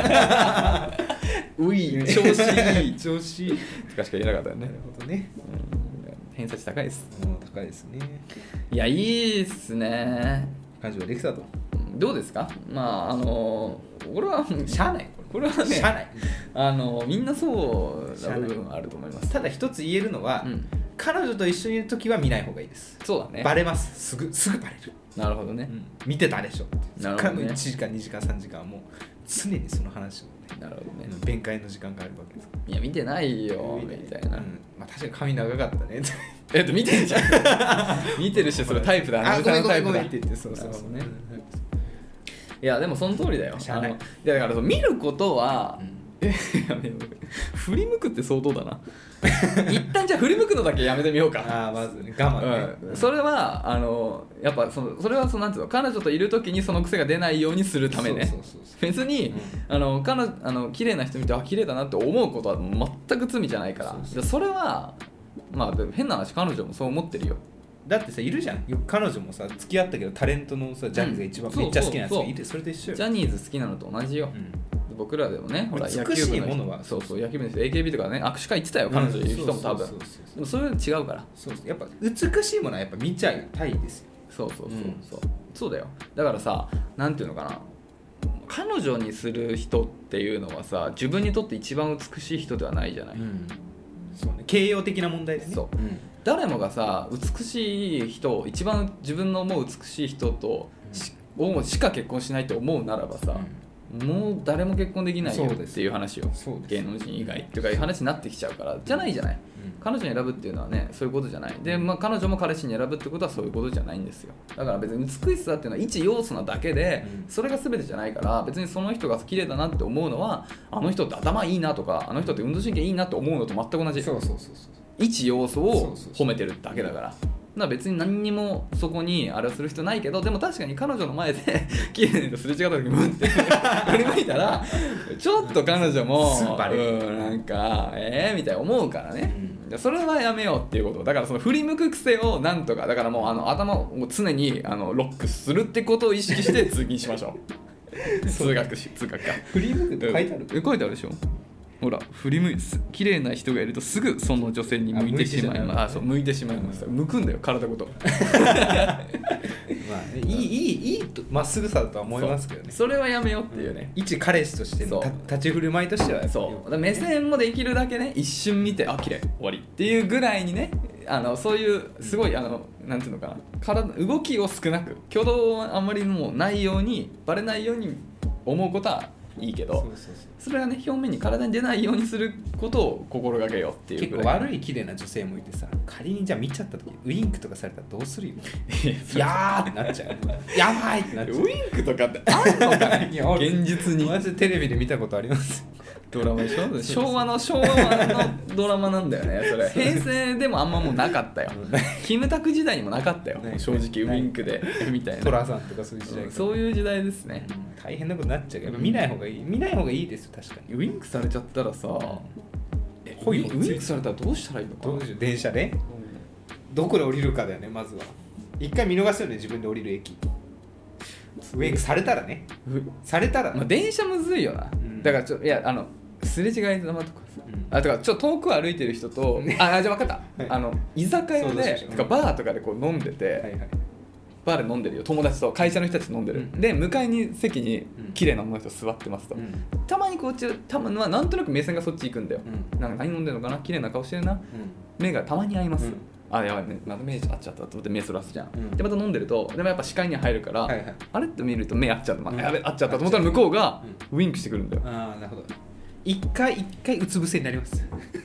ウィー調子いい調子いいとかしか言えなかったよね。 なるほどね、 うん、偏差値高いです。 うん、高いですね。 いやいいっすね。 彼女ができたと。 どうですか？まああの俺はしゃあないこれはね、しゃあないあのみんなそうな部分はあると思います。 ただ一つ言えるのは、うん、彼女と一緒にいるときは見ない方がいいです。 そうだね。 バレます。すぐすぐバレる。 なるほどね、うん、 見てたでしょ。 なるほどね。 いちじかんにじかんさんじかんはもう常にその話を、 ね、なるほどね。 弁解の時間があるわけです。 いや見てないよみたいな、うん、 まあ、確かに髪長かったねえっと見てるじゃん見てるしそれタイプだ。 あごめんごめんごめんって言って。そうそうそうね。 いやでもその通りだよ。あのいやだから見ることは、うん、え振り向くって相当だな一旦じゃあ振り向くのだけやめてみようか。 ああまずね我慢ね、 うん、それはあのやっぱそのそれはそのなんていうの、彼女といる時にその癖が出ないようにするためね。そうそうそうそう。別に、うん、あの彼女あの綺麗な人見てあ綺麗だなって思うことは全く罪じゃないから。そうそう。それはまあ変な話彼女もそう思ってるよ。 だってさいるじゃん。よく彼女もさ付き合ったけどタレントのさジャニーズが一番、うん、めっちゃ好きなやつがいて、それと一緒よ。 ジャニーズ好きなのと同じよ、うん、僕らでもねほら美しいものはそうそう野球部の人 エーケービー とかね握手会行ってたよ彼女いる人も多分。でもそれは違うから。 そうそうやっぱ美しいものはやっぱ見ちゃいたいですよ。 そうそうそうそう、うん、そうだよ。だからさなんていうのかな、彼女にする人っていうのはさ自分にとって一番美しい人ではないじゃない、うん、 そうね、形容的な問題でね。そう、うん、 誰もがさ美しい人一番自分の思う美しい人とし,、うん、しか結婚しないと思うならばさ、うん、もう誰も結婚できないよっていう話よ。芸能人以外っていうかいう話になってきちゃうからじゃないじゃない、うん、彼女に選ぶっていうのはねそういうことじゃないで、まあ、彼女も彼氏に選ぶってことはそういうことじゃないんですよ。だから別に美しさっていうのは一要素なだけで、うん、それが全てじゃないから別にその人が綺麗だなって思うのはあの人って頭いいなとかあの人って運動神経いいなって思うのと全く同じ。 そうそうそうそう一要素を褒めてるだけだから。だから別に何にもそこにあれをする必要ないけどでも確かに彼女の前で綺麗とすれ違った時にムンって振り向いたらちょっと彼女もうんなんかえーみたいな思うからね、うん、それはやめようっていうことだからその振り向く癖をなんとかだからもうあの頭を常にあのロックするってことを意識して通勤しましょう通学し通学か振り向くって書いてある、 うん、書いてあるでしょ。ほら振り向い綺麗な人がいるとすぐその女性に向いてしまいます。あ、そう向いてしまいます。向くんだよ体ごとまあ、ね、いいいいいいとまっすぐさだとは思いますけどね。 そ, それはやめようっていうね、 うん、一彼氏としての立ち振る舞いとしてはそうだ目線もできるだけね一瞬見てあ綺麗終わりっていうぐらいにねあのそういうすごいあのなんていうのかな体動きを少なく挙動はあんまりもうないようにバレないように思うことはいいけど そうそうそう、それはね表面に体に出ないようにすることを心がけようっていう結構悪い綺麗な女性もいてさ仮にじゃあ見ちゃった時ウインクとかされたらどうするよいやーってなっちゃうやばいってなっちゃう。 ウインクとかってあるのかね現実に。 マジでテレビで見たことありますドラマでしょ昭和の昭和のドラマなんだよねそれ平成でもあんまもうなかったよキムタク時代にもなかったよ正直ウインクでみたいなトラさんとかそういう時代、 うん、そういう時代ですね、 うん、大変なことになっちゃうけど見ない方がいい見ない方がいいですよ確かに。 ウインクされちゃったらさ、うん、えウインクされたらどうしたらいいのかな。 どうでしょう電車で、うん、どこで降りるかだよねまずは。一回見逃すよね自分で降りる駅。ウインクされたらねされたら、 まあ、電車むずいよな、うん、だからちょいやあのすれ違いざまとかさ、うん、あとかちょっと遠く歩いてる人とあじゃあ分かった、はい、あの居酒屋でとかバーとかでこう飲んでて、はいはい、 バーで飲んでるよ、友達と会社の人たちと飲んでる、うん、で向かいに席に綺麗な女の人座ってますと、うん、たまにこっちたまにはなんとなく目線がそっち行くんだよ、うん、なんか何飲んでるのかな、綺麗な顔してるな、うん、目がたまに合います、うん、あやばい、ね、また目合っちゃったと思って目そらすじゃん、うん、でまた飲んでるとでもやっぱ視界に入るから、はいはい、あれって見ると目合っちゃった、まあ、やべ合っちゃったと思ったら向こうがウインクしてくるんだよ、 うん、ああなるほど、一回一回うつ伏せになります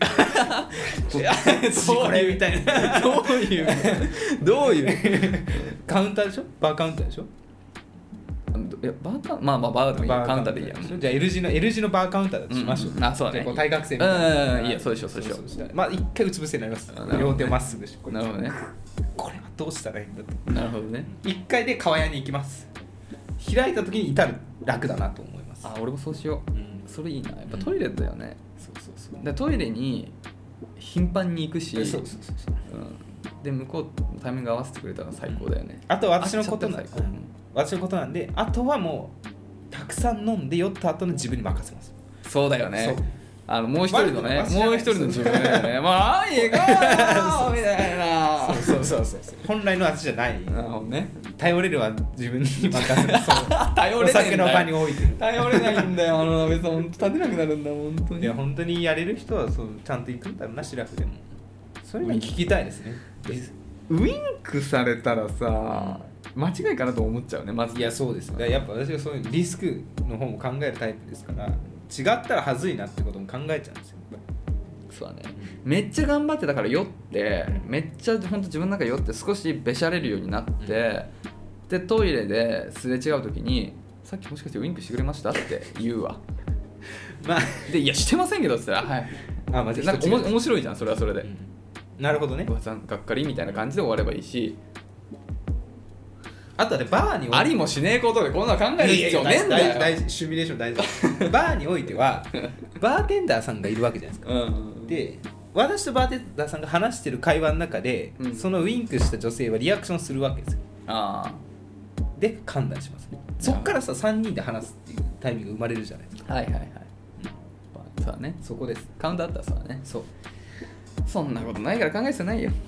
これみたいなどういうどういうカウンターでしょ、バーカウンターでしょ、 いやバーカウンまあまあバーでもいい、カウンターでいいや、 じゃあ L 字の L 字のバーカウンターだとしましょう、 うん、あそうだね、 対角線みたいな、 うんいいやそうでしょうそうでしょう、 まあ一回うつ伏せになります、両手をまっすぐして、 なるほどね、 これはどうしたらいいんだと、 なるほどね、 一回で川屋に行きます、開いた時に至る楽だなと思います。 あ俺もそうしよう、うん、それいいな、やっぱトイレだよね、うん、そうそうそう、でトイレに頻繁に行くし、そうそうそうそう、うん、で向こうタイミング合わせてくれたら最高だよね、 うん、あと私のことなん、うん、私のことなんで、あとはもうたくさん飲んで酔った後の自分に任せます。 そうだよね、あのもう一人のね、もう一人の自分だよね、もうあいいかみたいな、 そうそうそうそう、本来の私じゃない、 なるほどね、 頼れるは自分に任せる、 頼れないんだよ、お酒の場に置いてる、 頼れないんだよ、あの鍋さん本当立てなくなるんだ本当に。 いや本当にやれる人はそうちゃんと行くんだろうな、シラフでも。それは聞きたいですね。 ウインクされたらさ、間違いかなと思っちゃうね、まず。 いやそうです、やっぱ私はそういうリスクの方も考えるタイプですから、違ったらはずいなってことも考えちゃうんですよ。 そうだね、めっちゃ頑張ってだから酔ってめっちゃ本当自分の中で酔って少しべしゃれるようになって、うん、でトイレですれ違う時にさっきもしかしてウインクしてくれましたって言うわまあでいやしてませんけどって言ったらはいあ、まあ、なんかおも面白いじゃんそれはそれで、うん、 なるほどね、 うわがっかりみたいな感じで終わればいいし、 あとはねバーにありもしねえことでこんなの考える必要ねえんだよ。 大事、シミュレーション大事バーにおいてはバーテンダーさんがいるわけじゃないですか、うん、で私とバーテンダーさんが話してる会話の中で、うん、そのウインクした女性はリアクションするわけですよ。あで判断しますね。そっからささんにんで話すっていうタイミング生まれるじゃないですか。 はいはいはい、うん、そうだね、 そこです。 カウントあったらそうだね。 そう、 そんなことないから考える必要ないよ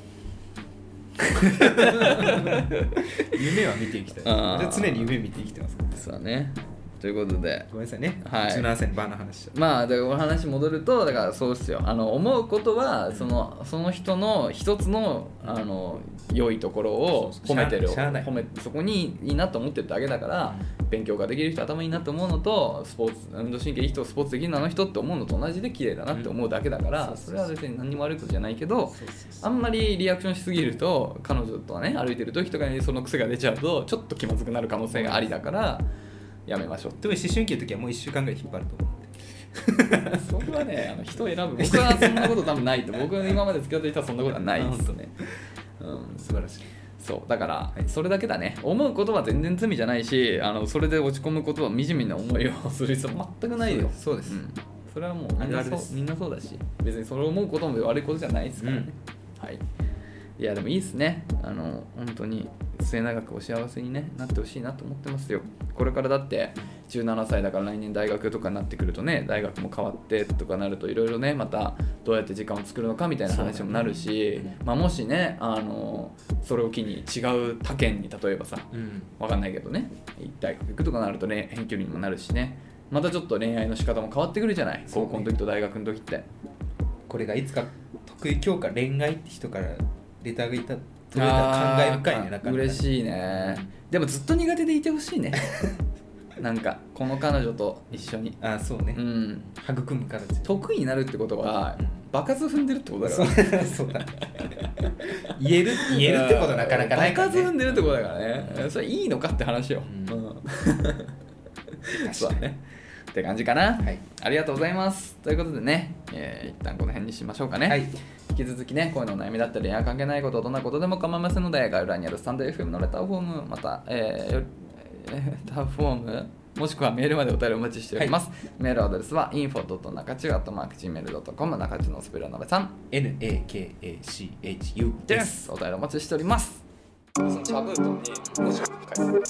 夢は見ていきたい。じゃあ常に夢見て生きてますから、ね、 そうだね。ということでごめんなさいね、 はい、 じゅうななさいのバーの話しまあだからお話戻るとだからそうですよ、あの思うことはその、その人の一つのあの良いところを褒めてる、褒めそこにいいなと思ってるだけだから、うん、勉強ができる人頭いいなと思うのとスポーツ運動神経いい人スポーツできるあの人って思うのと同じで綺麗だなって思うだけだから、うん、それは別に何も悪いことじゃないけど、あんまりリアクションしすぎると彼女とはね歩いてる時とかにその癖が出ちゃうとちょっと気まずくなる可能性がありだからやめましょう。 特に思春期の時はもういっしゅうかんぐらい引っ張ると思うんでそれはね、あの人を選ぶ僕はそんなこと多分ないと僕が今まで付き合っていたらそんなことはないですね、うん、 素晴らしい。 そうだからそれだけだね。思うことは全然罪じゃないし、あのそれで落ち込むことは惨めな思いをする必要は全くないよ。 そうです、うん、 それはもうみんなそう、みんなそうだし別にそれを思うことも悪いことじゃないですからね、うん、はい。いやでもいいですね、あの本当に末永くお幸せに、ね、なってほしいなと思ってますよ。これからだってじゅうななさいだから来年大学とかになってくるとね、大学も変わってとかなるといろいろね、またどうやって時間を作るのかみたいな話もなるし、ね、まあ、もしねあのそれを機に違う他県に例えばさ、うん、分かんないけどね大学行くとかなるとね遠距離にもなるしね、またちょっと恋愛の仕方も変わってくるじゃない、高校の時と大学の時って。 これがいつか得意教科恋愛って人からレターがいた届いたら感慨深いね。なんか嬉しいね。でもずっと苦手でいてほしいねなんかこの彼女と一緒に。 ああそうね、うん、育む形。 得意になるってことは、うん、場数踏んでるってことだからそうだ言える言えるってことなかなかないから、ね、 場数踏んでるってことだからね、うん、それいいのかって話よ、うんうん、そうだねって感じかな、はい、ありがとうございます。ということでね、えー、一旦この辺にしましょうかね、はい、引き続きね恋の悩みだったり恋愛関係ないことどんなことでも構いませんので概要欄にあるスタンド エフエム のレターフォームまた、えー、レターフォームもしくはメールまでお便りお待ちしております、はい、メールアドレスは インフォドットナカチュアットマークジーメールドットコム 中地のスペルはなべさんエヌエーケーエーシーエイチユー です。 お便りお待ちしております。その茶封筒に文字を書いてっていうの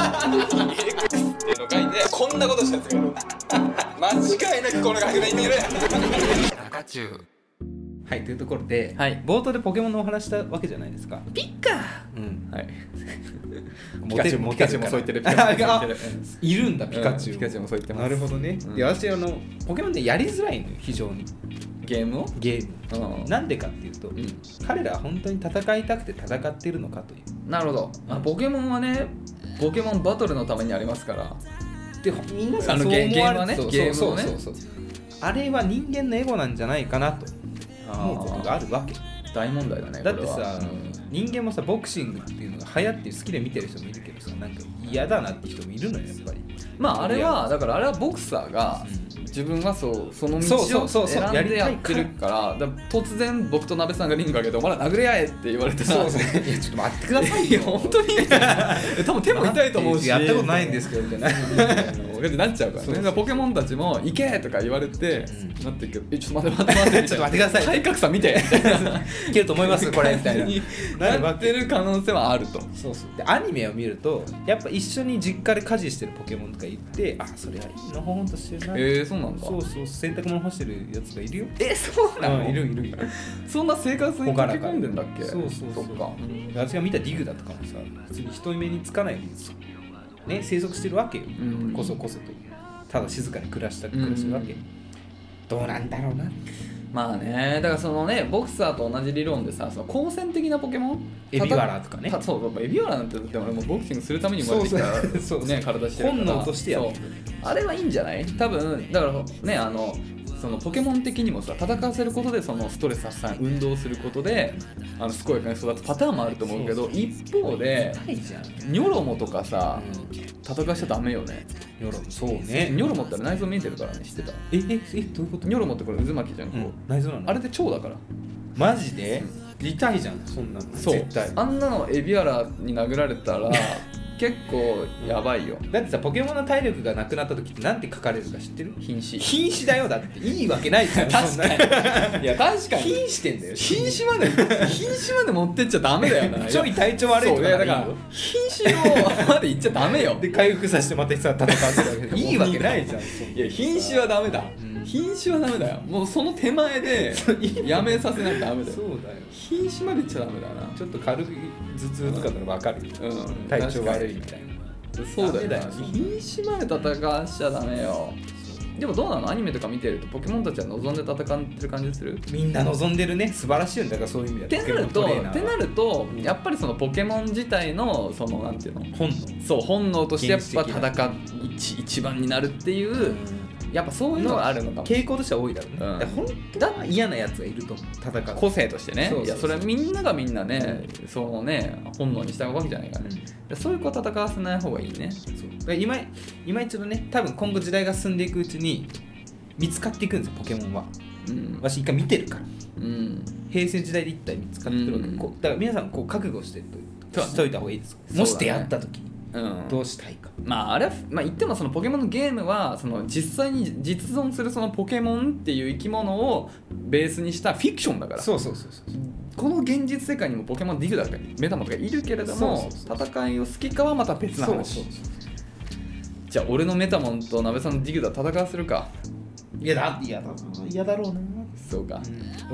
書いてこんなことしたやつがいる間違いなくこの学年にいる中中。 はいというところで、 はい、 冒頭でポケモンのお話したわけじゃないですか。 ピッカー、 うん、はいモテるモピカチュウもそう言ってるピカチュウもそう言ってるいるんだピカチュウ、 うん、ピカチュウもそう言ってます。 なるほどね、うん、で私あのポケモンでやりづらいのよ非常にゲームをゲーム、うん、なんでかっていうと、うん、彼らは本当に戦いたくて戦ってるのかという。 なるほど、あポケモンはねポケモンバトルのためにありますからでみんなさそう思われてゲームはねゲームそうそうそうそうあれは人間のエゴなんじゃないかなと思うことがあるわけ。 大問題だね。 だってさ、うん、人間もさボクシングっていうのが流行って好きで見てる人もいるけどさなんか嫌だなって人もいるのよやっぱり。 まああれはだからあれはボクサーが、うん、自分はそうその道を選んでやってるからだから突然僕と鍋さんがリングかけてお前ら殴れ合えって言われてそうそういやちょっと待ってくださいよ本当に多分手も痛いと思うしやったことないんですけどみたいななっちゃうからね。そうそうポケモンたちも行けとか言われて、うん、なってるけどえちょっと待って待って待ってちょっと待ってください体格差見てみたいないけると思いますこれみたいななってる可能性はあると。 そうそうでアニメを見るとやっぱ一緒に実家で家事してるポケモンとか言ってあそれはいいのほほんとしてるな。 えー、そうなんだ。 そうそう洗濯物干してるやつがいるよ。 えそうなの、 うん、いるいるいるそんな生活に溶け込んでんだっけ。 そうそうそう。そっか、うん、私が見たディグだとかもさ普通に人目につかないでね生息してるわけよ、うん、こそこそとただ静かに暮らした暮らしてるわけ、うん、どうなんだろうな。 まあねだからそのねボクサーと同じ理論でさその好戦的なポケモンエビワラとかねそうそうエビワラなんてだって俺もボクシングするために生まれてきたそうそうね体してるから本能としてやるあれはいいんじゃない多分だからねあのそのポケモン的にもさ戦わせることでそのストレス発散運動することであの健やかに育つパターンもあると思うけどそうそう一方でニョロモとかさ、うん、戦わしちゃダメよね。 ニョロモそうねニョロモって内臓見えてるからね知ってた。 えええどういうこと。 ニョロモってこれ渦巻きじゃん、うん、こう内臓なのあれって腸だからマジで、うん、痛いじゃんそんなのそう絶対あんなのエビアラに殴られたら結構やばいよ。 だってさポケモンの体力がなくなった時ってなんて書かれるか知ってる。 瀕死。 瀕死だよだっていいわけないじゃん確かにいや確かに瀕死てんだよ。 瀕死まで瀕死まで持ってっちゃダメだよな。 ちょい体調悪いとかそういやだから瀕死のまで行っちゃダメよで回復させてまたさ戦わせるわけでいいわけないじゃん。 いや瀕死はダメだ、うん、瀕死はダメだよ。もうその手前でやめさせないとダメだよ。 そうだよ瀕死まで行っちゃダメだな。 ちょっと軽い頭痛とかなら分かるよ、うん、体調悪いみたいな。 そうだよね。瀕死まで戦わしちゃダメよ。でもどうなのアニメとか見てるとポケモンたちは望んで戦ってる感じする。 みんな望んでるね。素晴らしいんだからそういう意味では。 ってなるとってなるとやっぱりそのポケモン自体のそのなんていうの本能そう本能としてやっぱ戦う一一番になるっていう、うんやっぱそういうのがあるのかも。 傾向としては多いだろうね、うん、本当は嫌なやつがいると戦う個性としてね。そうそうそういやそれはみんながみんなね、 うん、 そのね本能に従うわけじゃないからね、うん、そういう子は戦わせない方がいいね。 そう今今一度ね多分今後時代が進んでいくうちに見つかっていくんですよポケモンは、うん、私一回見てるから、うん、平成時代で一体見つかってくるわけ、うん、こうだから皆さんこう覚悟してとしといた方がいいです、ね、もし出会った時にうん、どうしたいか。 まああれは、まあ、言ってもそのポケモンのゲームはその実際に実存するそのポケモンっていう生き物をベースにしたフィクションだから。 そうそうそうそう。 この現実世界にもポケモンディグだったりメタモンとかいるけれども、そうそうそう戦いを好きかはまた別の話。そうそうそうじゃあ俺のメタモンと鍋さんのディグダ戦わせるか。 いやだ嫌だ嫌だろうな。 そうか、うん、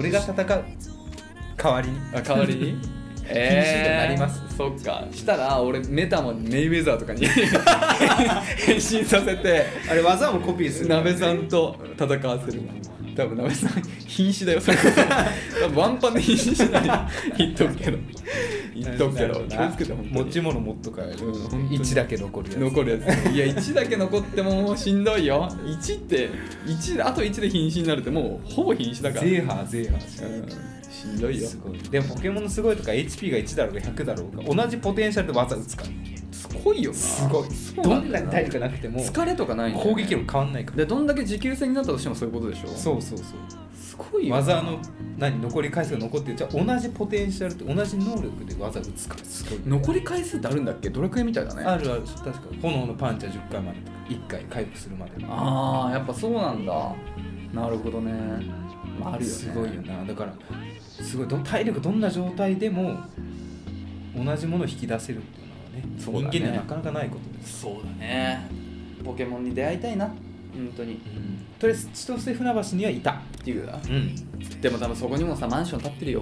俺が戦う代わりにあ代わりにえー、なります。 そっかしたら俺メタモンメイウェザーとかに変身させてあれ技もコピーする、 ね、鍋さんと戦わせる。多分鍋さん瀕死だよそれ多分ワンパンで瀕死しない言っとくけど言っとくけど気をつけて本当に持ち物持っとか、うん、いちだけ残るやつ残るやついやいちだけ残ってももうしんどいよ。いちっていちあといちで瀕死になるってもうほぼ瀕死だから。 ゼーハーゼーハー、 うんしんどいよ。 すごい。でもポケモンのすごいとか エイチピー がいちだろうがひゃくだろうが同じポテンシャルで技打つからすごいよな。 すごい。どんなに体力がなくても疲れとかないんだよね。攻撃力変わんないからでどんだけ持久戦になったとしてもそういうことでしょ。 そうそうそうすごいよ。 技の何残り回数が残ってるじゃあ同じポテンシャルって同じ能力で技打つからすごい。 残り回数ってあるんだっけ。ドラクエみたいだね。 あるある確か炎のパンチはじゅっかいまでとかいっかい回復するまで。 ああやっぱそうなんだ。なるほどね、まあ、あるよね。 すごいよな。だからすごい体力どんな状態でも同じものを引き出せるっていうのは ね, そうだね人間にはなかなかないことです。 そうだね。ポケモンに出会いたいな本当に、うん、 とりあえず千歳船橋にはいたっていうか、うん、でも多分そこにもさマンション建ってるよもう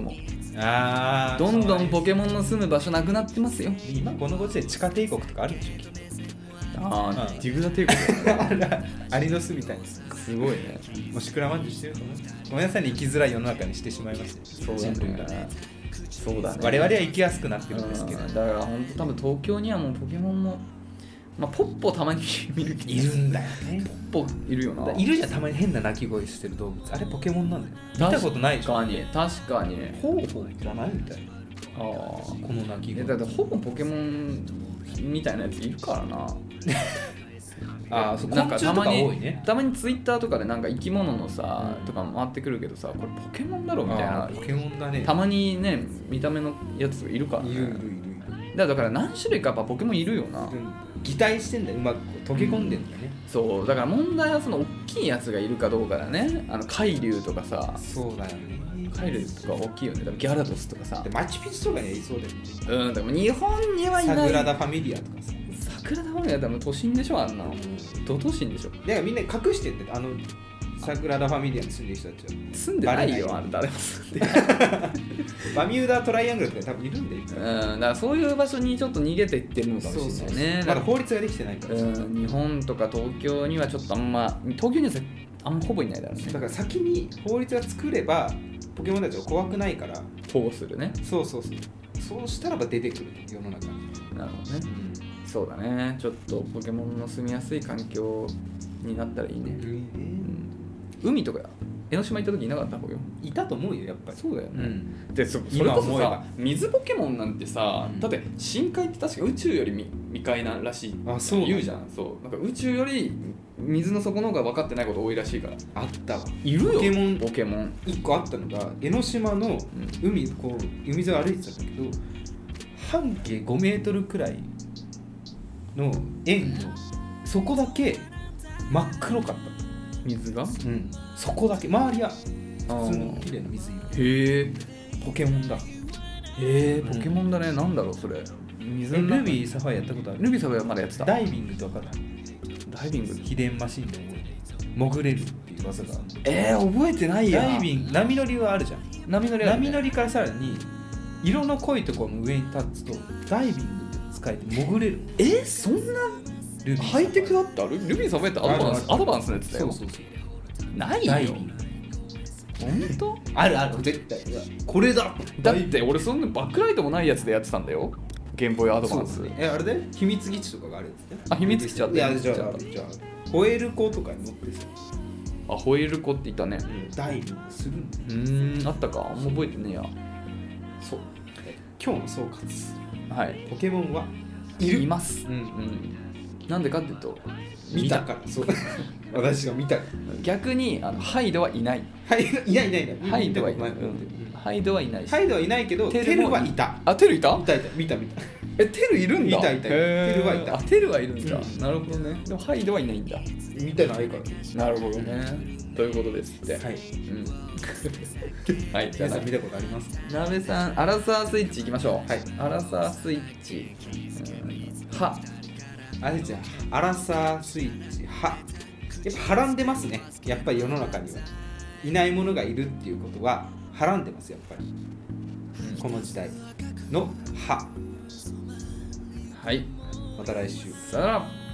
あどんどんポケモンの住む場所なくなってますよ。 今このご時世地下帝国とかあるでしょ。 ああ、ディグダ帝国アリの巣みたいですすごいね。 もしくらまんじゅうしてると思う。ごめんなさいね、生きづらい世の中にしてしまいました。 そうだね。そうだね。 我々は生きやすくなってるんですけど、 だから本当多分東京にはもうポケモンも、まあ、ポッポたまに見るけどいるんだよね。 ポッポいるよな。 いるじゃん、たまに変な鳴き声してる動物。あれポケモンなんだよ。見たことないでしょ。 確かに確かに。 ほうほうじゃないみたいな。 ああ、この鳴き声。 だってほぼポケモンみたいなやついるからな。 ああ、そう、昆虫とか多いね。 たまにツイッターとかでなんか生き物のさ、うん、とか回ってくるけどさ、これポケモンだろみたいな。 ポケモンだね。 たまにね、見た目のやつがいるからね。 いるいるいる。 だから何種類かやっぱポケモンいるよな。 擬態してんだよ、うまく溶け込んでんだよね、 うん、そうだから問題はその大きいやつがいるかどうかだね。あの海竜とかさ。 そうだよね。 海竜とか大きいよね。ギャラドスとかさ。 マチュピチュとかにはいそうだよね。 うん、でも日本にはいない。 サグラダ・ファミリアとかさ。 サグラダ・ファミリア多分都心でしょ、あんなの。ど都心でしょ。 だからみんな隠してんだよ、あのサグラダ・ファミリアに住んでる人たちは。 住んでないよ、あれ誰も住んでない。 バミューダ・トライアングルとか多分いるんだよ。 うん、だからそういう場所にちょっと逃げていってるのかもしれないね。そうそうそう、 まだ法律ができてないから。 うん、日本とか東京にはちょっとあんま、東京にはあんまほぼいないだろうね。 だから先に法律が作ればポケモンたちは怖くないから保護するね。 そうそうそう。そうしたらば出てくる世の中に。 なるほどね、うん、そうだね。ちょっとポケモンの住みやすい環境になったらいいね。いいね、うん、海とか江ノ島行った時いなかったポケモン。 いたと思うよ、やっぱり。 そうだよね、うん、で そ, それこそさ水ポケモンなんてさ、うん、だって深海って確か宇宙より未開ならしい。 あ、そう言うじゃん。そうなんか宇宙より水の底の方が分かってないこと多いらしいから。 あったわ。 いるよポケモン。 ポケモンいっこあったのが江ノ島の海、うん、こう海沿い歩いてたんだけど半径ごメートルくらいの円のそこだけ真っ黒かった。 水が、うん、 そこだけ周りは普通の綺麗な水色。 へえ、 ポケモンだ。へえ、ポケモンだね。なんだろうそれ。 水のルビーサファイアやったことある？ ルビーサファイアまだやってた。 ダイビングとかだ。 ダイビング秘伝マシンで潜れるっていう技がある。 えー、覚えてないや。 ダイビング、波乗りはあるじゃん。 波乗りは、ね、 波乗りからさらに色の濃いところの上に立つとダイビングで使えて潜れる。 えー、そんなルビーハイテクだった？ルビーサファイアってアドバンス、アドバンスのやつだよ。そうそうそう。ないよ。ダイビング。本当？ あるある、絶対。これだ。 だって俺そんなバックライトもないやつでやってたんだよ。ゲームボーイアドバンス。 ね、え、あれで秘密基地とかがあるんですね。 あ、秘密基地あった。 いや、じゃあ、じゃあ、ホエール湖とかに乗ってさ。 あ、ホエール湖って言ったね。 うん、ダイビングするんだよ。 うーん、あったか。あんま覚えてねえや。 そう。今日の総括。 はい。 ポケモンはいる。 います。 うん。うん。 なんでかっていうと、 見たから。そう。私が見たから。 逆にあのハイドはいない。 はい、いないいないいない。 ハイドはいない。ハイドはいないし。 ハイドはいないけど、テルはいた。 あ、テルいた？ いたいた。見た見た。 え、テルいるんだ。 いたいた。テルはいた。 あ、テルはいるんだ。なるほどね。でもハイドはいないんだ。 見てないから。 なるほどね。ということですって。 はい。 うん。はい。 皆さん見たことあります？ なべさん、アラサースイッチいきましょう。 はい。 アラサースイッチ。は。 あれじゃん。アラサースイッチ。は。やっぱはらんでますね。やっぱり世の中にはいないものがいるっていうことははらんでますやっぱり。この時代のは。 はい。 また来週。 さよなら。